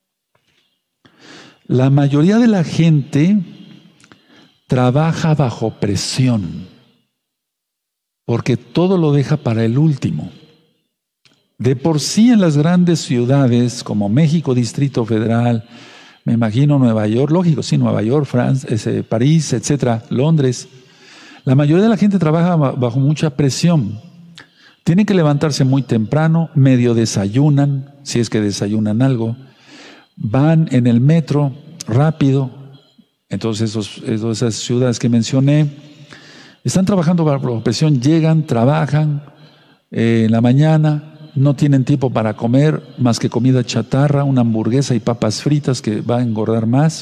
La mayoría de la gente trabaja bajo presión porque todo lo deja para el último. De por sí en las grandes ciudades como México, Distrito Federal, me imagino Nueva York, lógico, sí, Nueva York, Francia, ese, París, etcétera, Londres, La mayoría de la gente trabaja bajo mucha presión. Tienen que levantarse muy temprano, medio desayunan, si es que desayunan algo. Van en el metro rápido. Entonces, esos, esas ciudades que mencioné están trabajando bajo presión, llegan, trabajan eh, en la mañana. No tienen tiempo para comer más que comida chatarra, una hamburguesa y papas fritas que va a engordar más.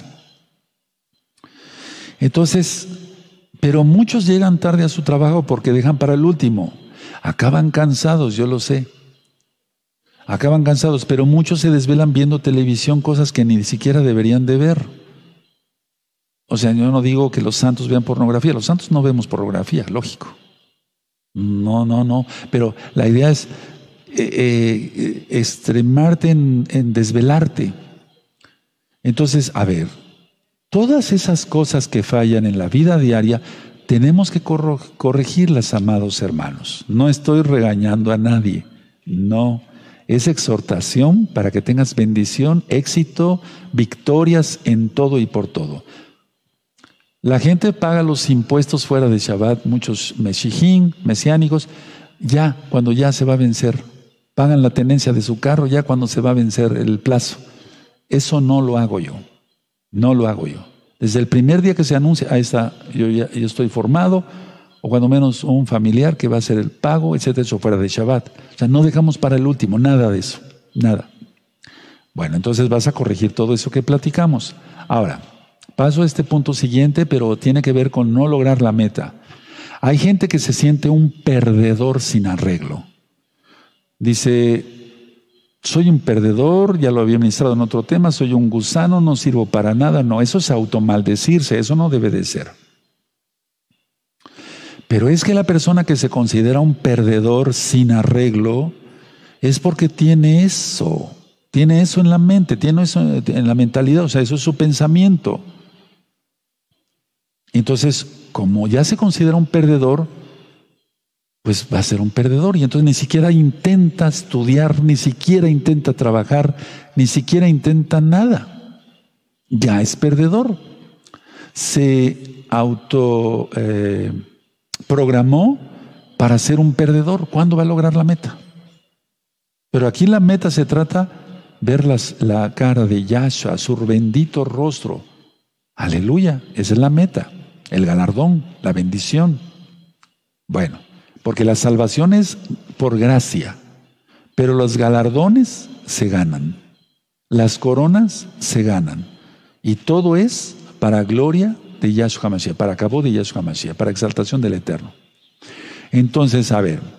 Entonces, pero muchos llegan tarde a su trabajo porque dejan para el último. Acaban cansados, yo lo sé. Acaban cansados, pero muchos se desvelan viendo televisión, cosas que ni siquiera deberían de ver. O sea, yo no digo que los santos vean pornografía. Los santos no vemos pornografía, lógico. No, no, no. Pero la idea es Eh, eh, extremarte en, en desvelarte. Entonces, a ver, todas esas cosas que fallan en la vida diaria, tenemos que corro- corregirlas, amados hermanos. No estoy regañando a nadie, no. Es exhortación para que tengas bendición, éxito, victorias en todo y por todo. La gente paga los impuestos fuera de Shabbat, muchos meshijín, mesiánicos, ya, cuando ya se va a vencer. Pagan la tenencia de su carro ya cuando se va a vencer el plazo. Eso no lo hago yo. No lo hago yo. Desde el primer día que se anuncia, ahí está, yo, ya, yo estoy formado, o cuando menos un familiar que va a hacer el pago, etcétera, eso fuera de Shabbat. O sea, no dejamos para el último, nada de eso, nada. Bueno, entonces vas a corregir todo eso que platicamos. Ahora, paso a este punto siguiente, pero tiene que ver con no lograr la meta. Hay gente que se siente un perdedor sin arreglo. Dice, soy un perdedor, ya lo había ministrado en otro tema, soy un gusano, no sirvo para nada. No, eso es automaldecirse, eso no debe de ser. Pero es que la persona que se considera un perdedor sin arreglo es porque tiene eso, tiene eso en la mente, tiene eso en la mentalidad, o sea, eso es su pensamiento. Entonces, como ya se considera un perdedor, pues va a ser un perdedor y entonces ni siquiera intenta estudiar, ni siquiera intenta trabajar, ni siquiera intenta nada. Ya es perdedor. Se auto eh, programó para ser un perdedor. ¿Cuándo va a lograr la meta? Pero aquí la meta se trata ver las, la cara de Yahshua, su bendito rostro. Aleluya, esa es la meta, el galardón, la bendición. Bueno. Porque la salvación es por gracia, pero los galardones se ganan, las coronas se ganan, y todo es para gloria de Yahshua Mashiach, para cabo de Yahshua Mashiach, para exaltación del Eterno. Entonces, a ver,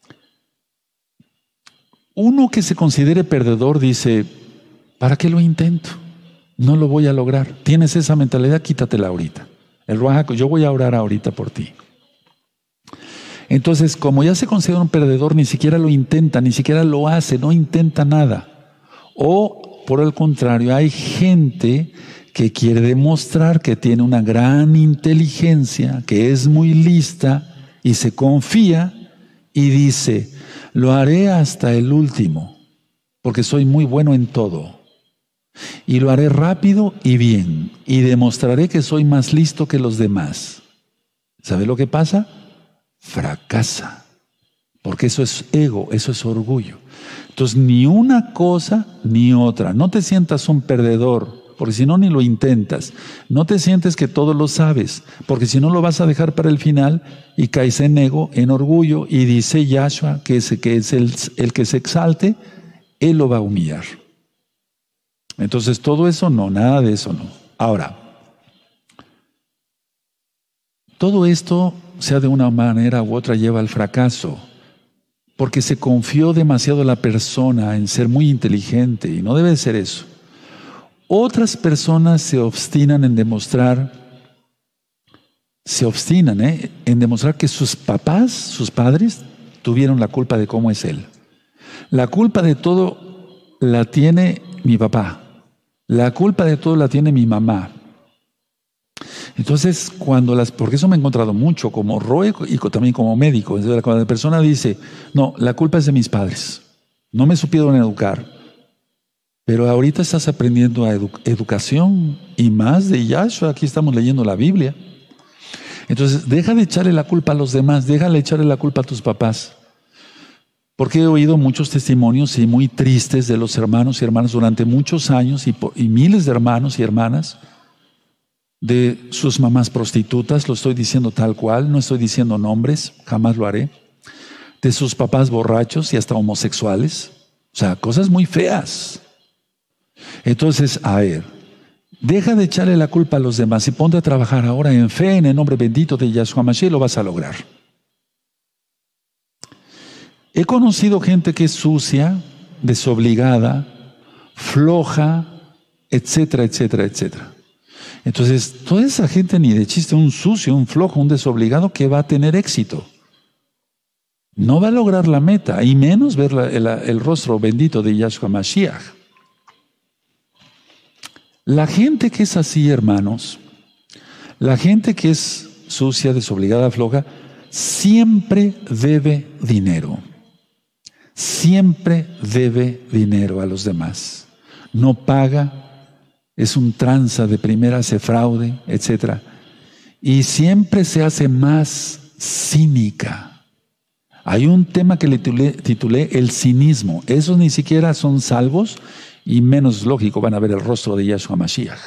uno que se considere perdedor dice, ¿para qué lo intento? No lo voy a lograr. ¿Tienes esa mentalidad? Quítatela ahorita. El Ruach, yo voy a orar ahorita por ti. Entonces, como ya se considera un perdedor, ni siquiera lo intenta, ni siquiera lo hace, no intenta nada. O, por el contrario, hay gente que quiere demostrar que tiene una gran inteligencia, que es muy lista y se confía y dice, lo haré hasta el último, porque soy muy bueno en todo. Y lo haré rápido y bien, y demostraré que soy más listo que los demás. ¿Sabe lo que pasa? Fracasa, porque eso es ego, eso es orgullo. Entonces, ni una cosa ni otra. No te sientas un perdedor, porque si no, ni lo intentas. No te sientes que todo lo sabes, porque si no, lo vas a dejar para el final y caes en ego, en orgullo, y dice Yahshua que es, que es el, el que se exalte, Él lo va a humillar. Entonces, todo eso no, nada de eso no. Ahora, todo esto, sea de una manera u otra, lleva al fracaso, porque se confió demasiado la persona en ser muy inteligente, y no debe ser eso. Otras personas se obstinan en demostrar, se obstinan ¿eh? en demostrar que sus papás, sus padres, tuvieron la culpa de cómo es él. La culpa de todo la tiene mi papá. La culpa de todo la tiene mi mamá. Entonces, cuando las, porque eso me he encontrado mucho como roe y también como médico. Entonces, cuando la persona dice, no, la culpa es de mis padres, no me supieron educar, pero ahorita estás aprendiendo a edu- educación y más de Yahshua, aquí estamos leyendo la Biblia. Entonces, deja de echarle la culpa a los demás, deja de echarle la culpa a tus papás. Porque he oído muchos testimonios y muy tristes de los hermanos y hermanas durante muchos años y, y miles de hermanos y hermanas de sus mamás prostitutas, lo estoy diciendo tal cual, no estoy diciendo nombres, jamás lo haré, de sus papás borrachos y hasta homosexuales, o sea, cosas muy feas. Entonces, a ver, deja de echarle la culpa a los demás y ponte a trabajar ahora en fe, en el nombre bendito de Yahshua Mashiach, y lo vas a lograr. He conocido gente que es sucia, desobligada, floja, etcétera, etcétera, etcétera. Entonces, toda esa gente ni de chiste, un sucio, un flojo, un desobligado, que va a tener éxito. No va a lograr la meta, y menos ver la, el, el rostro bendito de Yahshua Mashiach. La gente que es así, hermanos, la gente que es sucia, desobligada, floja, siempre debe dinero. Siempre debe dinero a los demás. No paga, es un tranza de primera, hace fraude, etcétera. Y siempre se hace más cínica. Hay un tema que le titulé, titulé el cinismo. Esos ni siquiera son salvos y menos lógico van a ver el rostro de Yahshua Mashiach.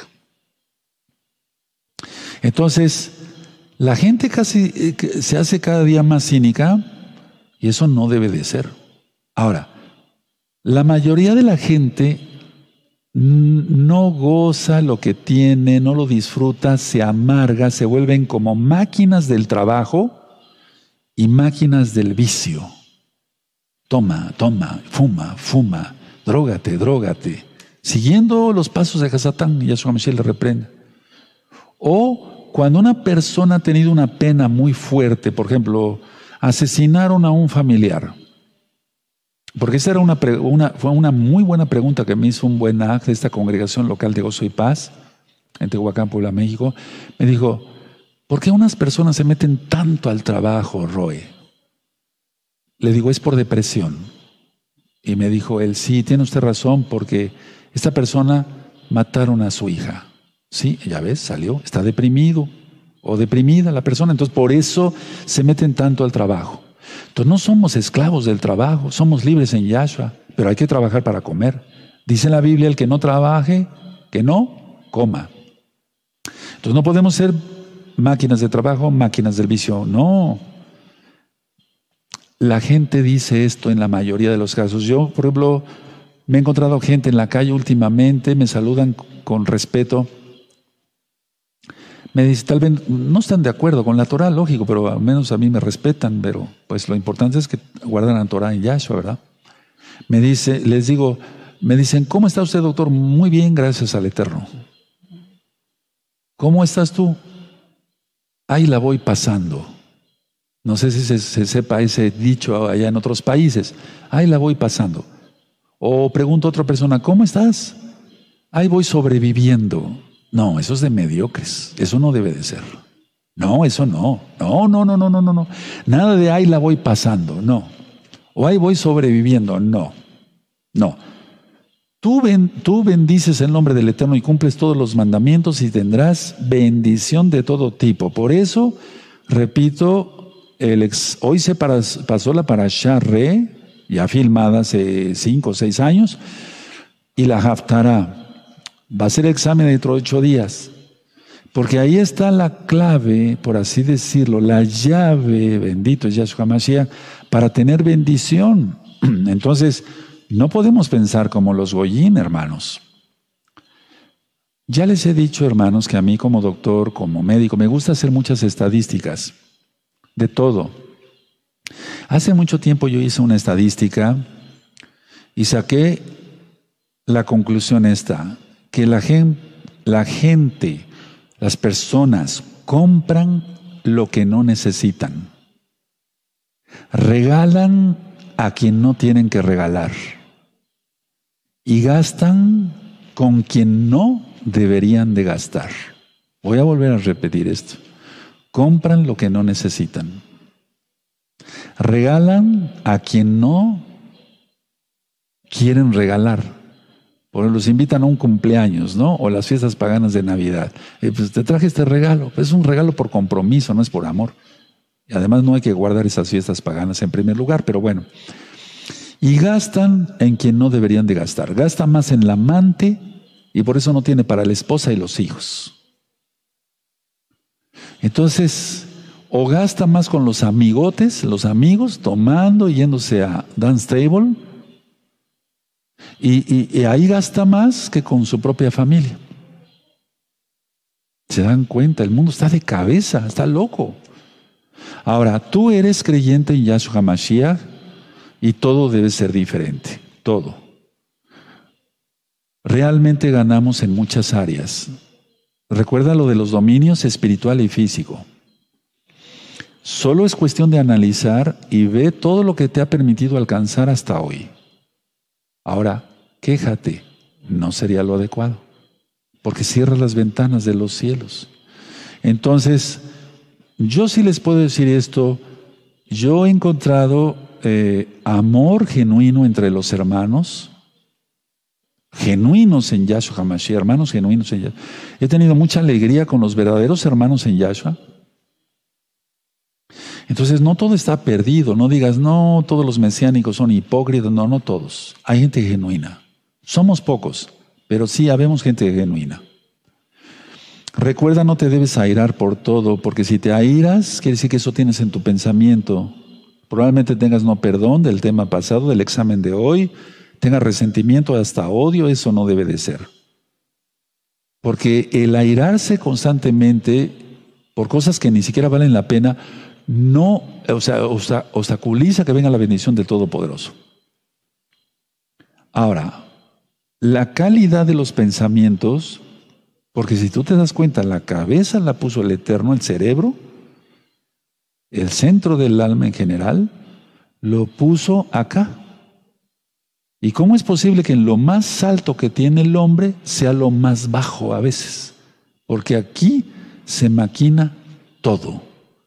Entonces, la gente casi eh, se hace cada día más cínica y eso no debe de ser. Ahora, la mayoría de la gente no goza lo que tiene, no lo disfruta, se amarga, se vuelven como máquinas del trabajo y máquinas del vicio. Toma, toma, fuma, fuma, drógate, drógate, siguiendo los pasos de Hasatán, y Yahshua Mashiach le reprende. O cuando una persona ha tenido una pena muy fuerte, por ejemplo, asesinaron a un familiar. Porque esa era una, una, fue una muy buena pregunta que me hizo un buen aj de esta congregación local de Gozo y Paz, en Tehuacán, Puebla, México. Me dijo, ¿por qué unas personas se meten tanto al trabajo, Roy? Le digo, es por depresión. Y me dijo él, sí, tiene usted razón, porque esta persona mataron a su hija. Sí, ya ves, salió, está deprimido o deprimida la persona, entonces por eso se meten tanto al trabajo. Entonces no somos esclavos del trabajo, somos libres en Yahshua, pero hay que trabajar para comer. Dice en la Biblia, el que no trabaje, que no coma. Entonces no podemos ser máquinas de trabajo, máquinas del vicio, no. La gente dice esto en la mayoría de los casos. Yo, por ejemplo, me he encontrado gente en la calle últimamente, me saludan con respeto. Me dice, tal vez no están de acuerdo con la Torah, lógico, pero al menos a mí me respetan, pero pues lo importante es que guardan la Torah en Yahshua, ¿verdad? Me dice, les digo, me dicen, ¿cómo está usted, doctor? Muy bien, gracias al Eterno. ¿Cómo estás tú? Ahí la voy pasando. No sé si se, se sepa ese dicho allá en otros países. Ahí la voy pasando. O pregunto a otra persona, ¿cómo estás? Ahí voy sobreviviendo. No, eso es de mediocres. Eso no debe de ser. No, eso no. No, no, no, no, no, no, no. Nada de ahí la voy pasando. No. O ahí voy sobreviviendo. No. No. Tú, ben, tú bendices el nombre del Eterno y cumples todos los mandamientos y tendrás bendición de todo tipo. Por eso, repito, el ex, hoy se paras, pasó la parashá Re, ya filmada hace cinco o seis años, y la Haftará. Va a ser examen dentro de ocho días, porque ahí está la clave, por así decirlo, la llave, bendito es Yahshua Mashiach, para tener bendición. Entonces, no podemos pensar como los goyín, hermanos. Ya les he dicho, hermanos, que a mí como doctor, como médico, me gusta hacer muchas estadísticas, de todo. Hace mucho tiempo yo hice una estadística y saqué la conclusión esta, que la gente, la gente, las personas compran lo que no necesitan. Regalan a quien no tienen que regalar. Y gastan con quien no deberían de gastar. Voy a volver a repetir esto. Compran lo que no necesitan. Regalan a quien no quieren regalar. Por ejemplo, los invitan a un cumpleaños, ¿no? O las fiestas paganas de Navidad. Eh, pues te traje este regalo. Pues es un regalo por compromiso, no es por amor. Y además no hay que guardar esas fiestas paganas en primer lugar, pero bueno. Y gastan en quien no deberían de gastar. Gastan más en la amante y por eso no tiene para la esposa y los hijos. Entonces, o gasta más con los amigotes, los amigos, tomando y yéndose a dance table, y, y, y ahí gasta más que con su propia familia. ¿Se dan cuenta? El mundo está de cabeza, está loco. Ahora, tú eres creyente en Yahshua Mashiach y todo debe ser diferente, todo. Realmente ganamos en muchas áreas. Recuerda lo de los dominios espiritual y físico. Solo es cuestión de analizar y ve todo lo que te ha permitido alcanzar hasta hoy. Ahora, quéjate, no sería lo adecuado, porque cierras las ventanas de los cielos. Entonces, yo sí les puedo decir esto, yo he encontrado eh, amor genuino entre los hermanos, genuinos en Yahshua HaMashiach, hermanos genuinos en Yahshua. He tenido mucha alegría con los verdaderos hermanos en Yahshua. Entonces no todo está perdido, no digas, no, todos los mesiánicos son hipócritas, no, no todos. Hay gente genuina. Somos pocos, pero sí habemos gente genuina. Recuerda, no te debes airar por todo, porque si te airas, quiere decir que eso tienes en tu pensamiento. Probablemente tengas no perdón del tema pasado, del examen de hoy, tengas resentimiento, hasta odio, eso no debe de ser. Porque el airarse constantemente por cosas que ni siquiera valen la pena, no, o sea, obstaculiza que venga la bendición del Todopoderoso. Ahora, la calidad de los pensamientos, porque si tú te das cuenta, la cabeza la puso el Eterno, el cerebro, el centro del alma en general, lo puso acá. ¿Y cómo es posible que en lo más alto que tiene el hombre sea lo más bajo a veces? Porque aquí se maquina todo.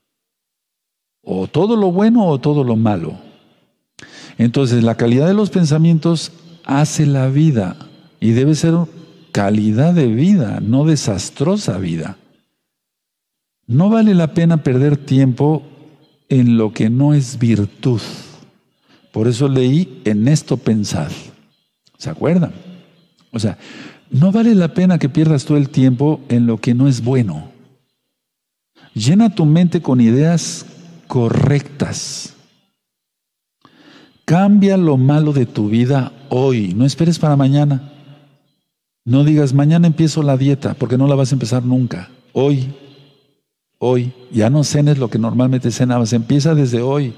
O todo lo bueno o todo lo malo. Entonces, la calidad de los pensamientos hace la vida y debe ser calidad de vida, no desastrosa vida. No vale la pena perder tiempo en lo que no es virtud. Por eso leí, en esto pensad. ¿Se acuerdan? O sea, no vale la pena que pierdas todo el tiempo en lo que no es bueno. Llena tu mente con ideas correctas. Cambia lo malo de tu vida hoy. No esperes para mañana. No digas, mañana empiezo la dieta, porque no la vas a empezar nunca. Hoy, hoy. Ya no cenes lo que normalmente cenabas. Empieza desde hoy.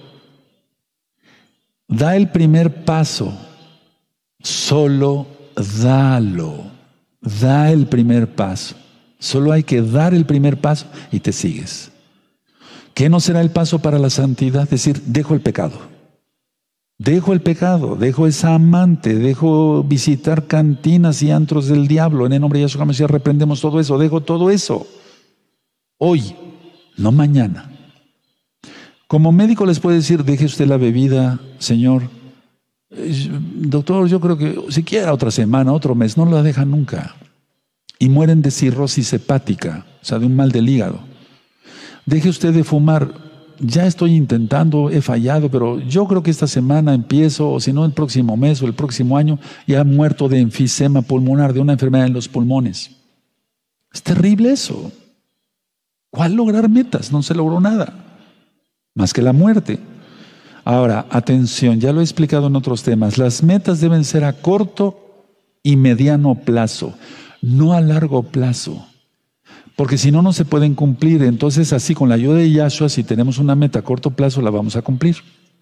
Da el primer paso. Solo dalo. Da el primer paso. Solo hay que dar el primer paso y te sigues. ¿Qué no será el paso para la santidad? Es decir, dejo el pecado. Dejo el pecado, dejo esa amante, dejo visitar cantinas y antros del diablo. En el nombre de Yahshua HaMashiach reprendemos todo eso, dejo todo eso. Hoy, no mañana. Como médico les puede decir, deje usted la bebida, señor. Doctor, yo creo que siquiera otra semana, otro mes, no la deja nunca. Y mueren de cirrosis hepática, o sea, de un mal del hígado. Deje usted de fumar. Ya estoy intentando, he fallado, pero yo creo que esta semana empiezo, o si no el próximo mes o el próximo año, ya ha muerto de enfisema pulmonar, de una enfermedad en los pulmones. Es terrible eso. ¿Cuál lograr metas? No se logró nada, más que la muerte. Ahora, atención, ya lo he explicado en otros temas, las metas deben ser a corto y mediano plazo, no a largo plazo. Porque si no, no se pueden cumplir. Entonces, así con la ayuda de Yahshua, si tenemos una meta a corto plazo, la vamos a cumplir.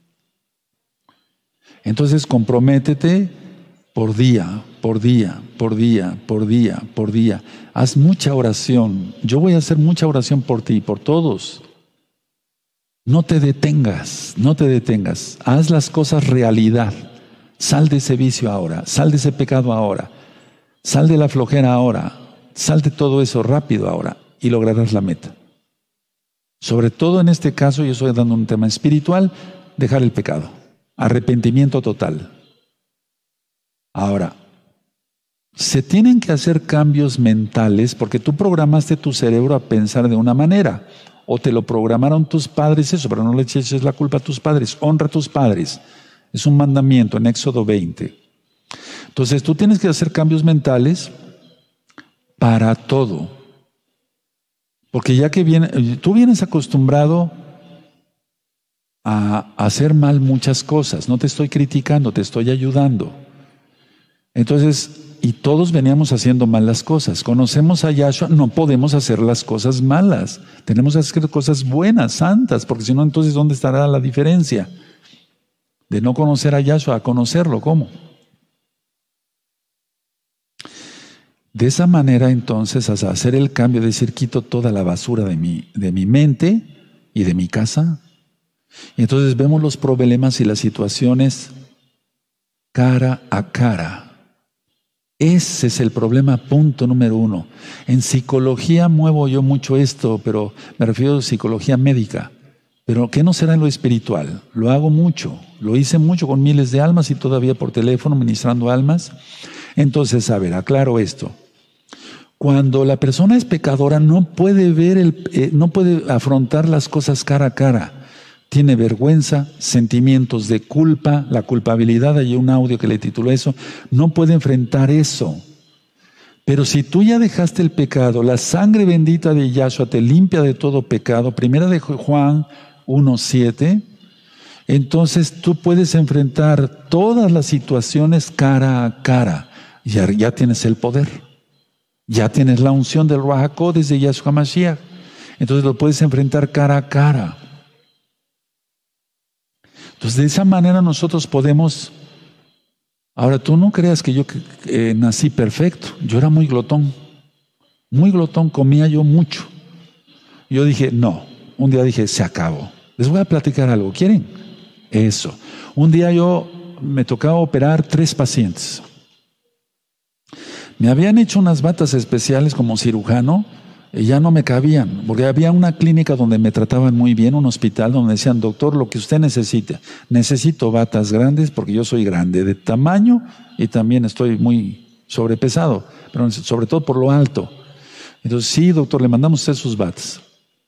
Entonces, comprométete por día, por día, por día, por día, por día. Haz mucha oración. Yo voy a hacer mucha oración por ti, por todos. No te detengas, no te detengas. Haz las cosas realidad. Sal de ese vicio ahora, sal de ese pecado ahora, sal de la flojera ahora. Salte todo eso rápido ahora y lograrás la meta. Sobre todo en este caso, yo estoy dando un tema espiritual, dejar el pecado. Arrepentimiento total. Ahora, Se tienen que hacer cambios mentales porque tú programaste tu cerebro a pensar de una manera. O te lo programaron tus padres eso, pero no le eches la culpa a tus padres. Honra a tus padres. Es un mandamiento en Éxodo veinte. Entonces tú tienes que hacer cambios mentales para todo. Porque ya que viene, tú vienes acostumbrado a hacer mal muchas cosas. No te estoy criticando, te estoy ayudando. Entonces, y todos veníamos haciendo mal las cosas. Conocemos a Yahshua, no podemos hacer las cosas malas. Tenemos que hacer cosas buenas, santas, porque si no, entonces ¿dónde estará la diferencia? De no conocer a Yahshua a conocerlo, ¿cómo? De esa manera, entonces, a hacer el cambio, de decir, quito toda la basura de mi, de mi mente y de mi casa. Y entonces vemos los problemas y las situaciones cara a cara. Ese es el problema, punto número uno. En psicología muevo yo mucho esto, pero me refiero a psicología médica. Pero ¿qué no será en lo espiritual? Lo hago mucho, lo hice mucho con miles de almas y todavía por teléfono ministrando almas. Entonces, a ver, aclaro esto. Cuando la persona es pecadora no puede ver, el, eh, no puede afrontar las cosas cara a cara. Tiene vergüenza, sentimientos de culpa, la culpabilidad, hay un audio que le tituló eso, no puede enfrentar eso. Pero si tú ya dejaste el pecado, la sangre bendita de Yahshua te limpia de todo pecado, primera de Juan uno siete, entonces tú puedes enfrentar todas las situaciones cara a cara. Ya, ya tienes el poder, ya tienes la unción del Ruach HaKodesh de Yahshua Mashiach, entonces lo puedes enfrentar cara a cara. Entonces, de esa manera nosotros podemos... Ahora, tú no creas que yo eh, nací perfecto. Yo era muy glotón. Muy glotón, comía yo mucho. Yo dije, no. Un día dije, se acabó. Les voy a platicar algo. ¿Quieren? Eso. Un día yo me tocaba operar tres pacientes. Me habían hecho unas batas especiales como cirujano. Y ya no me cabían, porque había una clínica donde me trataban muy bien, un hospital donde decían, doctor, lo que usted necesita, necesito batas grandes porque yo soy grande de tamaño y también estoy muy sobrepesado, pero sobre todo por lo alto. Entonces, sí, doctor, le mandamos a usted sus batas.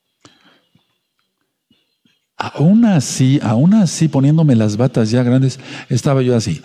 Aún así, aún así, poniéndome las batas ya grandes, estaba yo así,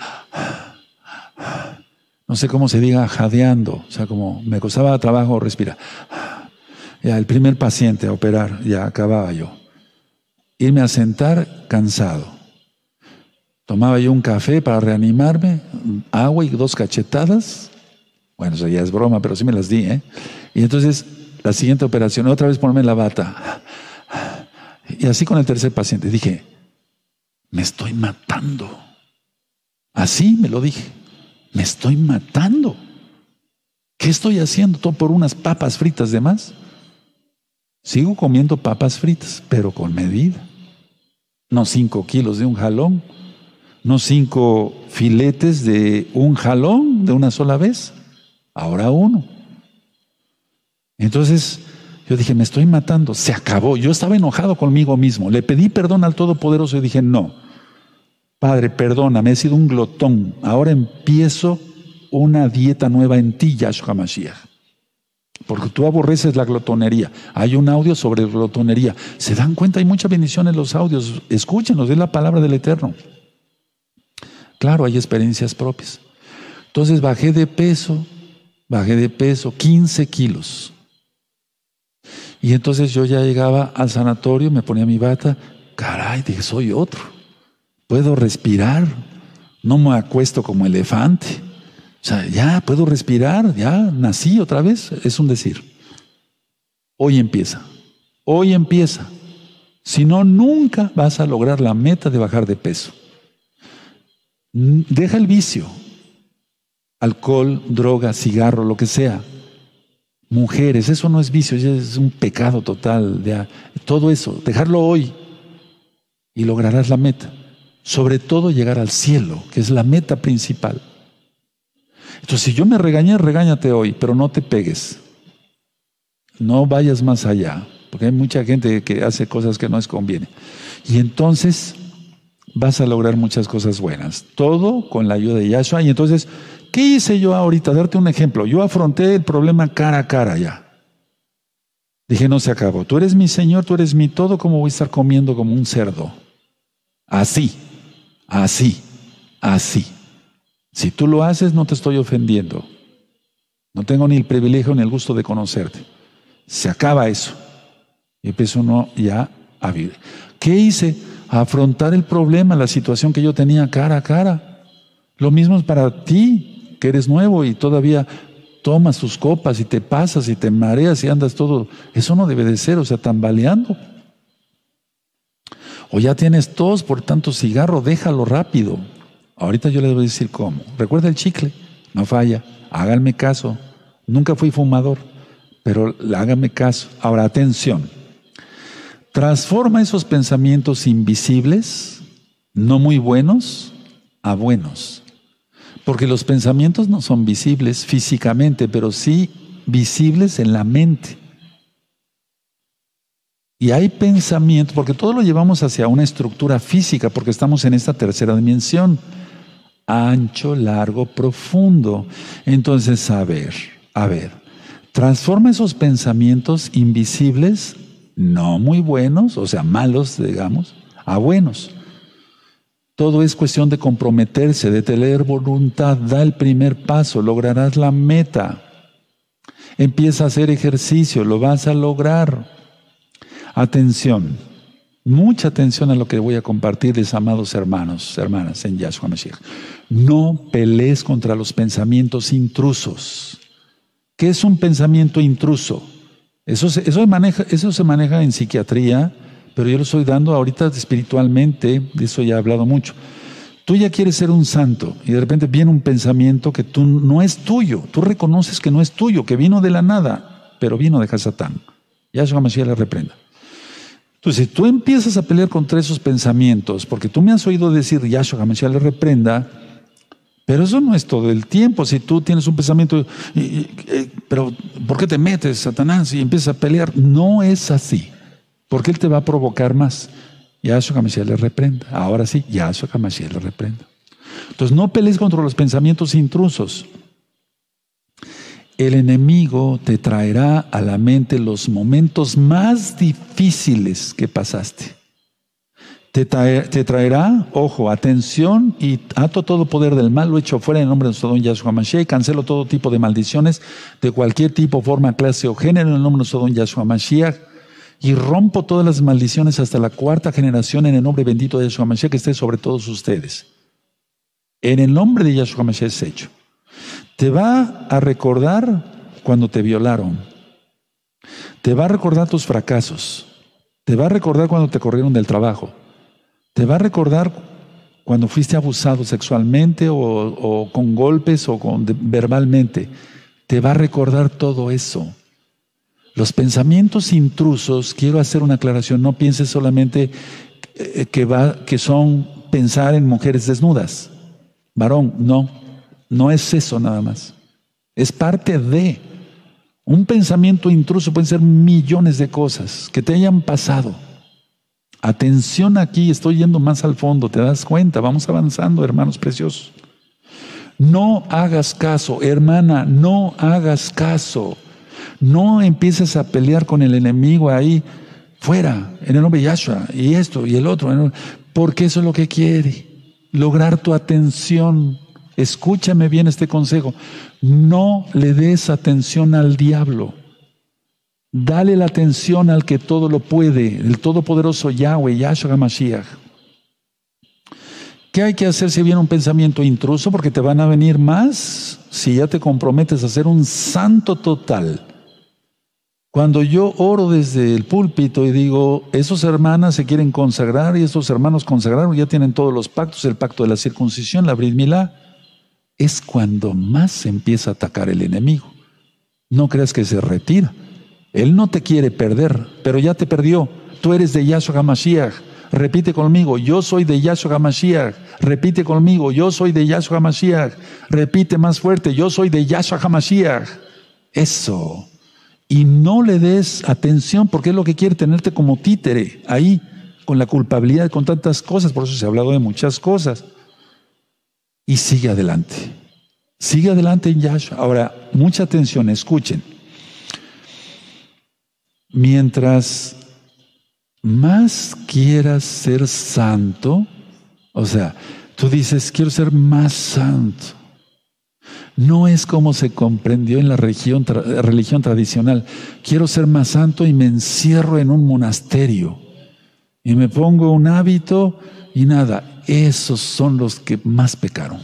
no sé cómo se diga, jadeando, o sea, como me costaba trabajo respirar. Ya, el primer paciente a operar, ya acababa yo. Irme a sentar cansado. Tomaba yo un café para reanimarme, agua y dos cachetadas. Bueno, eso ya es broma, pero sí me las di, ¿eh? Y entonces, la siguiente operación, otra vez ponerme la bata. Y así con el tercer paciente. Dije, me estoy matando. Así me lo dije. Me estoy matando. ¿Qué estoy haciendo? ¿Todo por unas papas fritas de más? Sigo comiendo papas fritas, pero con medida. No cinco kilos de un jalón, no cinco filetes de un jalón de una sola vez, ahora uno. Entonces yo dije, me estoy matando, se acabó. Yo estaba enojado conmigo mismo, le pedí perdón al Todopoderoso y dije, no, Padre, perdóname, he sido un glotón, ahora empiezo una dieta nueva en ti, Yahshua Mashiach. Porque tú aborreces la glotonería. Hay un audio sobre glotonería. ¿Se dan cuenta? Hay mucha bendición en los audios. Escúchenlos, es la palabra del Eterno. Claro, hay experiencias propias. Entonces bajé de peso, bajé de peso, quince kilos. Y entonces yo ya llegaba al sanatorio, me ponía mi bata. Caray, dije, soy otro. Puedo respirar. No me acuesto como elefante. O sea, ya puedo respirar, ya nací otra vez, es un decir. Hoy empieza, hoy empieza. Si no, nunca vas a lograr la meta de bajar de peso. Deja el vicio, alcohol, droga, cigarro, lo que sea. Mujeres, eso no es vicio, es un pecado total. Ya. Todo eso, dejarlo hoy y lograrás la meta. Sobre todo llegar al cielo, que es la meta principal. Entonces, si yo me regañé, regáñate hoy, pero no te pegues. No vayas más allá, porque hay mucha gente que hace cosas que no les conviene. Y entonces vas a lograr muchas cosas buenas. Todo con la ayuda de Yahshua. Y entonces ¿Qué hice yo ahorita? Darte un ejemplo. Yo afronté el problema cara a cara ya. Dije, no se acabó. Tú eres mi Señor, tú eres mi todo, ¿cómo voy a estar comiendo como un cerdo? Así, así, así. Si tú lo haces, no te estoy ofendiendo. No tengo ni el privilegio ni el gusto de conocerte. Se acaba eso. Y empiezo uno ya a vivir. ¿Qué hice? A afrontar el problema, la situación que yo tenía cara a cara. Lo mismo es para ti, que eres nuevo y todavía tomas tus copas y te pasas y te mareas y andas todo. Eso no debe de ser, o sea, tambaleando. O ya tienes tos por tanto cigarro, déjalo rápido. Ahorita yo les voy a decir cómo. Recuerda el chicle, no falla. Háganme caso. Nunca fui fumador, pero háganme caso. Ahora, atención. Transforma esos pensamientos invisibles, no muy buenos, a buenos. Porque los pensamientos no son visibles físicamente, pero sí visibles en la mente. Y hay pensamientos, porque todo lo llevamos hacia una estructura física, porque estamos en esta tercera dimensión. Ancho, largo, profundo. Entonces, a ver, a ver, transforma esos pensamientos invisibles, no muy buenos, o sea, malos, digamos, a buenos. Todo es cuestión de comprometerse, de tener voluntad. Da el primer paso, lograrás la meta. Empieza a hacer ejercicio, lo vas a lograr. Atención, mucha atención a lo que voy a compartirles, amados hermanos, hermanas, en Yahshua Mashiach. No pelees contra los pensamientos intrusos. ¿Qué es un pensamiento intruso? Eso se, eso maneja, eso se maneja en psiquiatría, pero yo lo estoy dando ahorita espiritualmente, de eso ya he hablado mucho. Tú ya quieres ser un santo y de repente viene un pensamiento que tú no es tuyo. Tú reconoces que no es tuyo, que vino de la nada, pero vino de Hasatán. Yahshua Mashiach le reprenda. Entonces, si tú empiezas a pelear contra esos pensamientos, porque tú me has oído decir Yahshua Mashiach le reprenda, pero eso no es todo el tiempo. Si tú tienes un pensamiento, y, y, eh, pero ¿por qué te metes, Satanás, y empiezas a pelear? No es así. Porque Él te va a provocar más. Yahshua HaMashiach le reprenda. Ahora sí, Yahshua HaMashiach le reprenda. Entonces no pelees contra los pensamientos intrusos. El enemigo te traerá a la mente los momentos más difíciles que pasaste. Te, trae, te traerá, ojo, atención, y ato todo poder del mal, lo echo fuera en el nombre de nuestro don Yahshua HaMashiach, cancelo todo tipo de maldiciones de cualquier tipo, forma, clase o género en el nombre de nuestro don Yahshua HaMashiach. Y rompo todas las maldiciones hasta la cuarta generación en el nombre bendito de Yahshua HaMashiach que esté sobre todos ustedes. En el nombre de Yahshua HaMashiach es hecho. Te va a recordar cuando te violaron. Te va a recordar tus fracasos. Te va a recordar cuando te corrieron del trabajo. Te va a recordar cuando fuiste abusado sexualmente o, o con golpes o con, de, verbalmente. Te va a recordar todo eso. Los pensamientos intrusos, quiero hacer una aclaración, no pienses solamente que, va, que son pensar en mujeres desnudas. Varón, no, no es eso nada más. Es parte de un pensamiento intruso, pueden ser millones de cosas que te hayan pasado. Atención aquí, estoy yendo más al fondo, ¿te das cuenta? Vamos avanzando, hermanos preciosos. No hagas caso, hermana, no hagas caso. No empieces a pelear con el enemigo ahí, fuera, en el nombre de Yahshua, y esto y el otro, porque eso es lo que quiere, lograr tu atención. Escúchame bien este consejo, no le des atención al diablo, dale la atención al que todo lo puede, el todopoderoso Yahweh, Yahshua HaMashiach. ¿Qué hay que hacer si viene un pensamiento intruso? Porque te van a venir más si ya te comprometes a ser un santo total. Cuando yo oro desde el púlpito y digo, esos hermanas se quieren consagrar y esos hermanos consagraron, ya tienen todos los pactos, el pacto de la circuncisión, la Brit Milá, es cuando más se empieza a atacar el enemigo. No creas que se retira. Él no te quiere perder, pero ya te perdió. Tú eres de Yahshua HaMashiach. Repite conmigo, yo soy de Yahshua HaMashiach. Repite conmigo, yo soy de Yahshua HaMashiach. Repite más fuerte, yo soy de Yahshua HaMashiach. Eso. Y no le des atención porque es lo que quiere, tenerte como títere ahí, con la culpabilidad, con tantas cosas. Por eso se ha hablado de muchas cosas. Y sigue adelante. Sigue adelante en Yahshua. Ahora, mucha atención, escuchen. Mientras más quieras ser santo, o sea, tú dices, quiero ser más santo. No es como se comprendió en la religión, tra- religión tradicional. Quiero ser más santo y me encierro en un monasterio. Y me pongo un hábito y nada. Esos son los que más pecaron.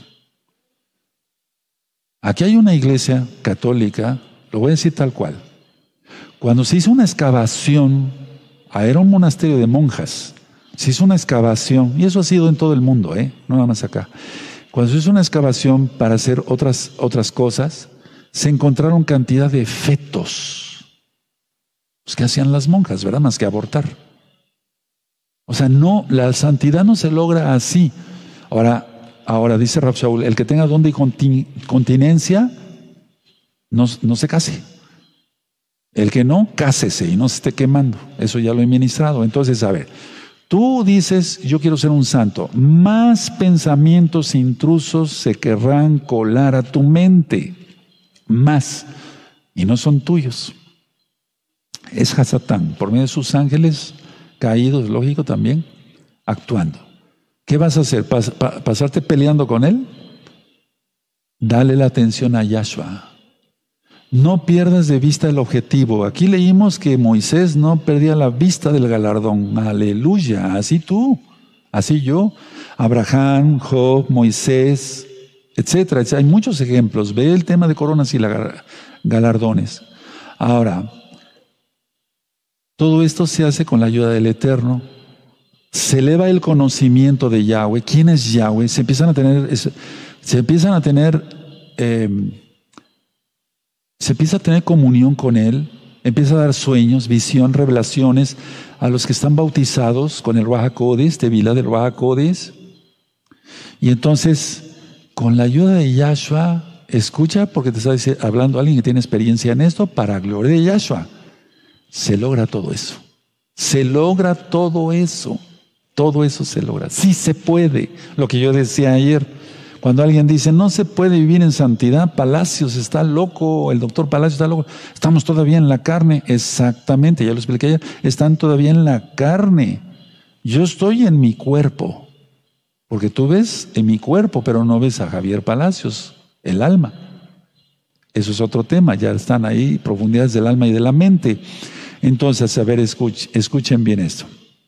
Aquí hay una iglesia católica, lo voy a decir tal cual. Cuando se hizo una excavación, ah, era un monasterio de monjas, se hizo una excavación, y eso ha sido en todo el mundo, ¿eh? No nada más acá. Cuando se hizo una excavación para hacer otras, otras cosas, se encontraron cantidad de fetos. Pues, ¿qué hacían las monjas, verdad? Más que abortar. O sea, no, la santidad no se logra así. Ahora, ahora dice Rav Shaul, el que tenga don de conti- continencia, no, no se case. El que no, cásese y no se esté quemando. Eso ya lo he ministrado. Entonces, a ver, tú dices, yo quiero ser un santo. Más pensamientos intrusos se querrán colar a tu mente. Más. Y no son tuyos. Es Hasatán, por medio de sus ángeles caídos, lógico también, actuando. ¿Qué vas a hacer? ¿Pas- pa- ¿Pasarte peleando con él? Dale la atención a Yahshua. No pierdas de vista el objetivo. Aquí leímos que Moisés no perdía la vista del galardón. Aleluya. Así tú, así yo. Abraham, Job, Moisés, etcétera. Hay muchos ejemplos. Ve el tema de coronas y la- galardones. Ahora, todo esto se hace con la ayuda del Eterno. Se eleva el conocimiento de Yahweh. ¿Quién es Yahweh? Se empiezan a tener, es- se empiezan a tener, eh, se empieza a tener comunión con Él, empieza a dar sueños, visión, revelaciones a los que están bautizados con el Ruach HaKodesh, Tevilá del Ruach HaKodesh. Y entonces, con la ayuda de Yahshua, escucha, porque te está dice- hablando alguien que tiene experiencia en esto, para gloria de Yahshua, se logra todo eso. Se logra todo eso. Todo eso se logra. Sí se puede. Lo que yo decía ayer, cuando alguien dice, no se puede vivir en santidad, Palacios está loco, el doctor Palacios está loco, estamos todavía en la carne. Exactamente, ya lo expliqué ayer, están todavía en la carne. Yo estoy en mi cuerpo, porque tú ves en mi cuerpo, pero no ves a Javier Palacios, el alma. Eso es otro tema, ya están ahí profundidades del alma y de la mente. Entonces, a ver, escuchen, escuchen bien esto.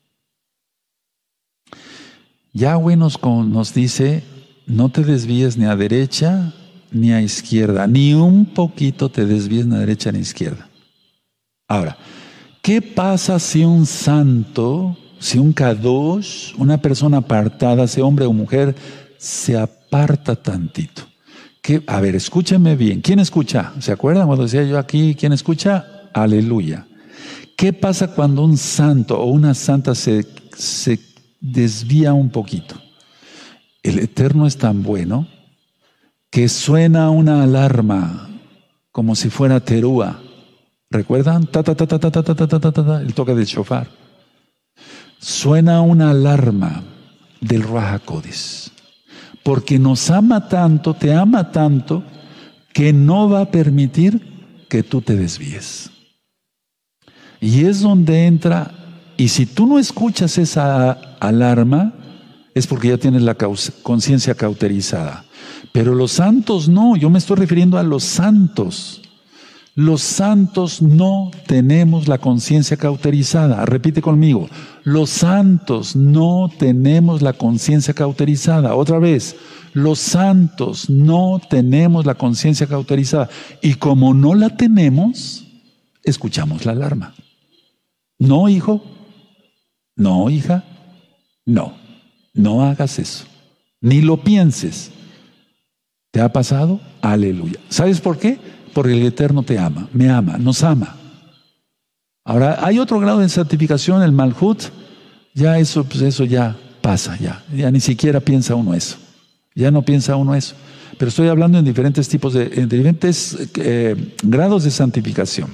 Yahweh nos, con- nos dice, no te desvíes ni a derecha ni a izquierda, ni un poquito te desvíes ni a derecha ni a izquierda. Ahora, ¿qué pasa si un santo, si un kadosh, una persona apartada, sea hombre o mujer, se aparta tantito? ¿Qué? A ver, escúchenme bien. ¿Quién escucha? ¿Se acuerdan cuando decía yo aquí, quién escucha? Aleluya. ¿Qué pasa cuando un santo o una santa se, se desvía un poquito? El Eterno es tan bueno que suena una alarma como si fuera terúa. ¿Recuerdan? Ta, ta, ta, ta, ta, ta, ta, ta, ta, ta, ta, el toque del shofar. Suena una alarma del Ruach HaKodesh. Porque nos ama tanto, te ama tanto, que no va a permitir que tú te desvíes. Y es donde entra, y si tú no escuchas esa alarma, es porque ya tienes la conciencia cauterizada. Pero los santos no, yo me estoy refiriendo a los santos. Los santos no tenemos la conciencia cauterizada. Repite conmigo, los santos no tenemos la conciencia cauterizada. Otra vez, los santos no tenemos la conciencia cauterizada. Y como no la tenemos, escuchamos la alarma. No, hijo. No, hija. No. No hagas eso. Ni lo pienses. ¿Te ha pasado? Aleluya. ¿Sabes por qué? Porque el Eterno te ama, me ama, nos ama. Ahora, hay otro grado de santificación, el Malhut. Ya eso, pues eso ya pasa, ya. Ya ni siquiera piensa uno eso. Ya no piensa uno eso. Pero estoy hablando en diferentes tipos de, en diferentes eh, grados de santificación.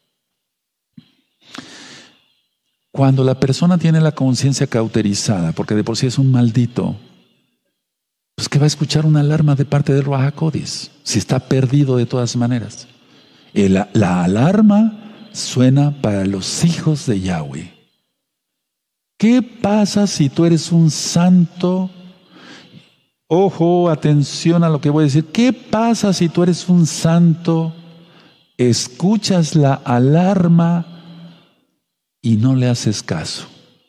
Cuando la persona tiene la conciencia cauterizada, porque de por sí es un maldito, pues que va a escuchar una alarma de parte del Ruach HaKodesh, si está perdido de todas maneras. El, la alarma suena para los hijos de Yahweh. ¿Qué pasa si tú eres un santo? Ojo, atención a lo que voy a decir. ¿Qué pasa si tú eres un santo, escuchas la alarma y no le haces caso?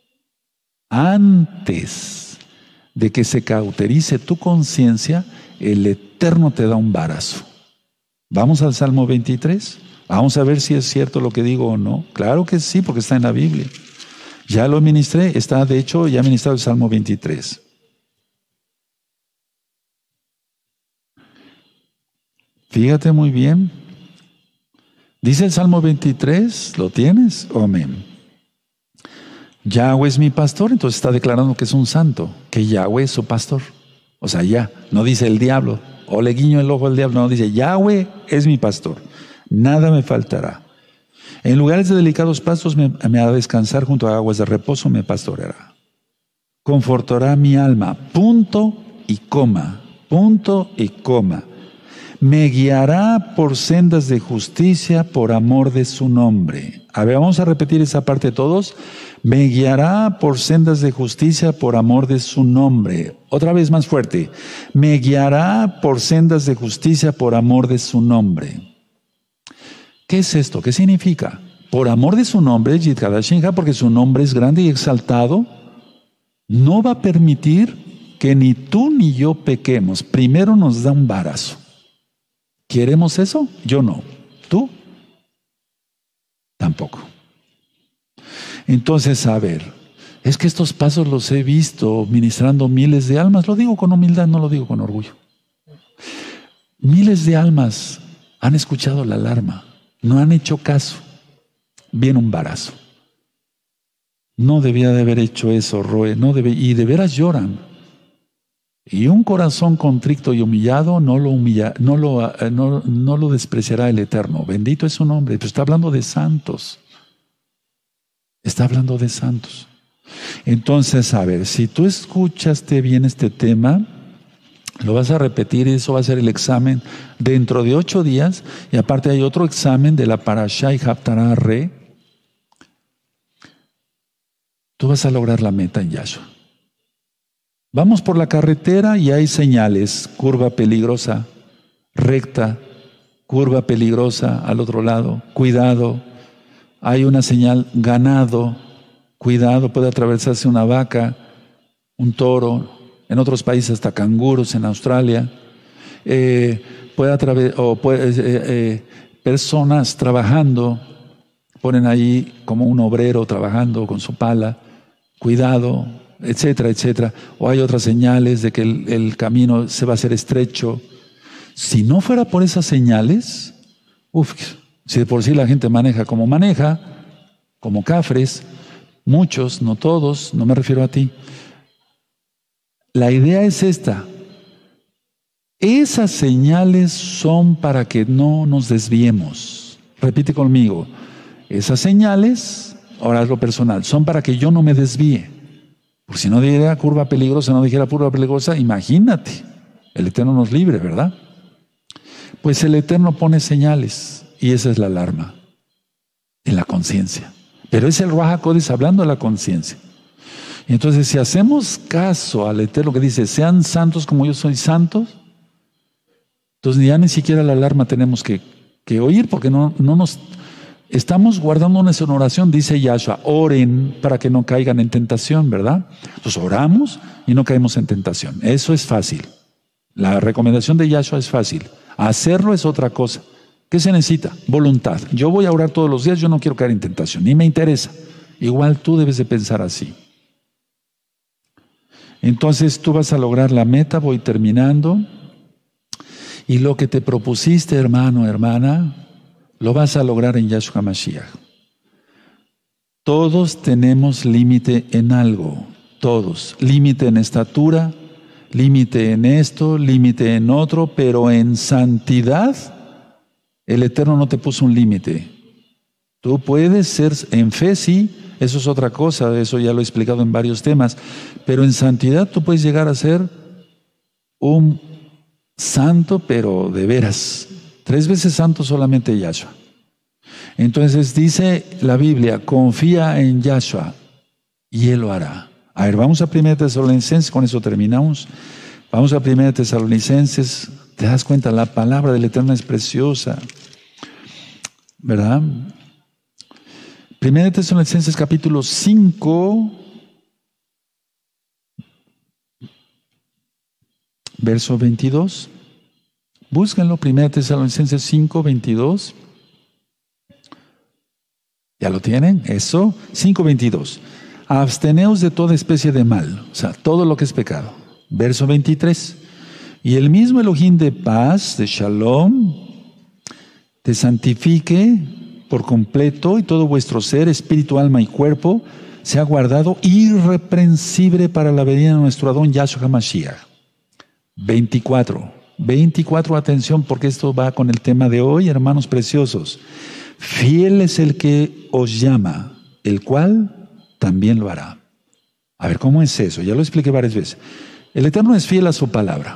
Antes de que se cauterice tu conciencia, el Eterno te da un barazo. Vamos al Salmo veintitrés. Vamos a ver si es cierto lo que digo o no. Claro que sí, porque está en la Biblia. Ya lo ministré, está de hecho ya ministrado el Salmo veintitrés. Fíjate muy bien. Dice el Salmo veintitrés, ¿lo tienes? Amén. Yahweh es mi pastor, entonces está declarando que es un santo, que Yahweh es su pastor. O sea, ya, no dice el diablo, o le guiño el ojo al diablo, no, dice Yahweh es mi pastor, nada me faltará. En lugares de delicados pastos me, me hará descansar, junto a aguas de reposo me pastoreará. Confortará mi alma, punto y coma, punto y coma. Me guiará por sendas de justicia por amor de su nombre. A ver, vamos a repetir esa parte todos. Me guiará por sendas de justicia por amor de su nombre. Otra vez más fuerte. Me guiará por sendas de justicia por amor de su nombre. ¿Qué es esto? ¿Qué significa? Por amor de su nombre, Yidkadashinja, porque su nombre es grande y exaltado, no va a permitir que ni tú ni yo pequemos. Primero nos da un barazo. ¿Queremos eso? Yo no. ¿Tú? Tampoco. Entonces, a ver, es que estos pasos los he visto ministrando miles de almas. Lo digo con humildad, no lo digo con orgullo. Miles de almas han escuchado la alarma. No han hecho caso. Viene un barazo. No debía de haber hecho eso, Roe. No debe, y de veras lloran. Y un corazón contrito y humillado no lo, humilla, no lo, no, no lo despreciará el Eterno. Bendito es su nombre. Pero está hablando de santos. Está hablando de santos. Entonces, a ver, si tú escuchaste bien este tema, lo vas a repetir y eso va a ser el examen dentro de ocho días. Y aparte hay otro examen de la Parashá y Haftarah Re. Tú vas a lograr la meta en Yahshua. Vamos por la carretera y hay señales. Curva peligrosa, recta, curva peligrosa al otro lado. Cuidado. Hay una señal, ganado. Cuidado, puede atravesarse una vaca, un toro. En otros países hasta canguros, en Australia. Eh, puede atravesar, o puede, eh, eh, personas trabajando, ponen ahí como un obrero trabajando con su pala. Cuidado, etcétera, etcétera. O hay otras señales de que el, el camino se va a hacer estrecho. Si no fuera por esas señales, uf, si de por sí la gente maneja como maneja, como cafres, muchos, no todos, no me refiero a ti. La idea es esta. Esas señales son para que no nos desviemos. Repite conmigo. Esas señales, ahora es lo personal, son para que yo no me desvíe. Porque si no dijera curva peligrosa, no dijera curva peligrosa, imagínate. El Eterno nos libre, ¿verdad? Pues el Eterno pone señales y esa es la alarma en la conciencia. Pero es el Ruach HaKodesh hablando de la conciencia. Y entonces, si hacemos caso al Eterno que dice, sean santos como yo soy santo, entonces ya ni siquiera la alarma tenemos que, que oír, porque no, no nos estamos guardando una oración, dice Yahshua, oren para que no caigan en tentación, ¿verdad? Entonces oramos y no caemos en tentación. Eso es fácil. La recomendación de Yahshua es fácil. Hacerlo es otra cosa. ¿Qué se necesita? Voluntad. Yo voy a orar todos los días, yo no quiero caer en tentación, ni me interesa. Igual tú debes de pensar así. Entonces tú vas a lograr la meta, voy terminando. Y lo que te propusiste, hermano, hermana, lo vas a lograr en Yahshua Mashiach. Todos tenemos límite en algo, todos. Límite en estatura, límite en esto, límite en otro, pero en santidad, el Eterno no te puso un límite. Tú puedes ser, en fe sí, eso es otra cosa, eso ya lo he explicado en varios temas, pero en santidad tú puedes llegar a ser un santo, pero de veras. Tres veces santo solamente Yahshua. Entonces dice la Biblia, confía en Yahshua y Él lo hará. A ver, vamos a primera Tesalonicenses, con eso terminamos. Vamos a primera Tesalonicenses. Te das cuenta, la palabra del Eterno es preciosa, ¿verdad? primera Tesalonicenses capítulo cinco, verso veintidós. Búsquenlo, primera Tesalonicenses cinco, veintidós. ¿Ya lo tienen? Eso, cinco veintidós. Absteneos de toda especie de mal, o sea, todo lo que es pecado. Verso veintitrés. Y el mismo Elohim de paz, de Shalom, te santifique por completo y todo vuestro ser, espíritu, alma y cuerpo, sea guardado irreprensible para la venida de nuestro Adón Yahshua HaMashiach. veinticuatro. veinticuatro, atención, porque esto va con el tema de hoy, hermanos preciosos. Fiel es el que os llama, el cual también lo hará. A ver, ¿cómo es eso? Ya lo expliqué varias veces. El Eterno es fiel a su palabra.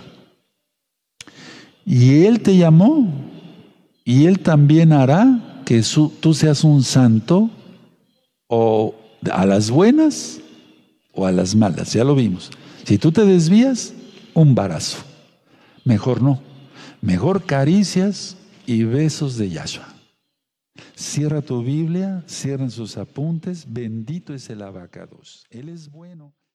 Y Él te llamó, y Él también hará que su, tú seas un santo, o a las buenas o a las malas. Ya lo vimos. Si tú te desvías, un barazo. Mejor no. Mejor caricias y besos de Yahshua. Cierra tu Biblia, cierren sus apuntes. Bendito es el abacados. Él es bueno.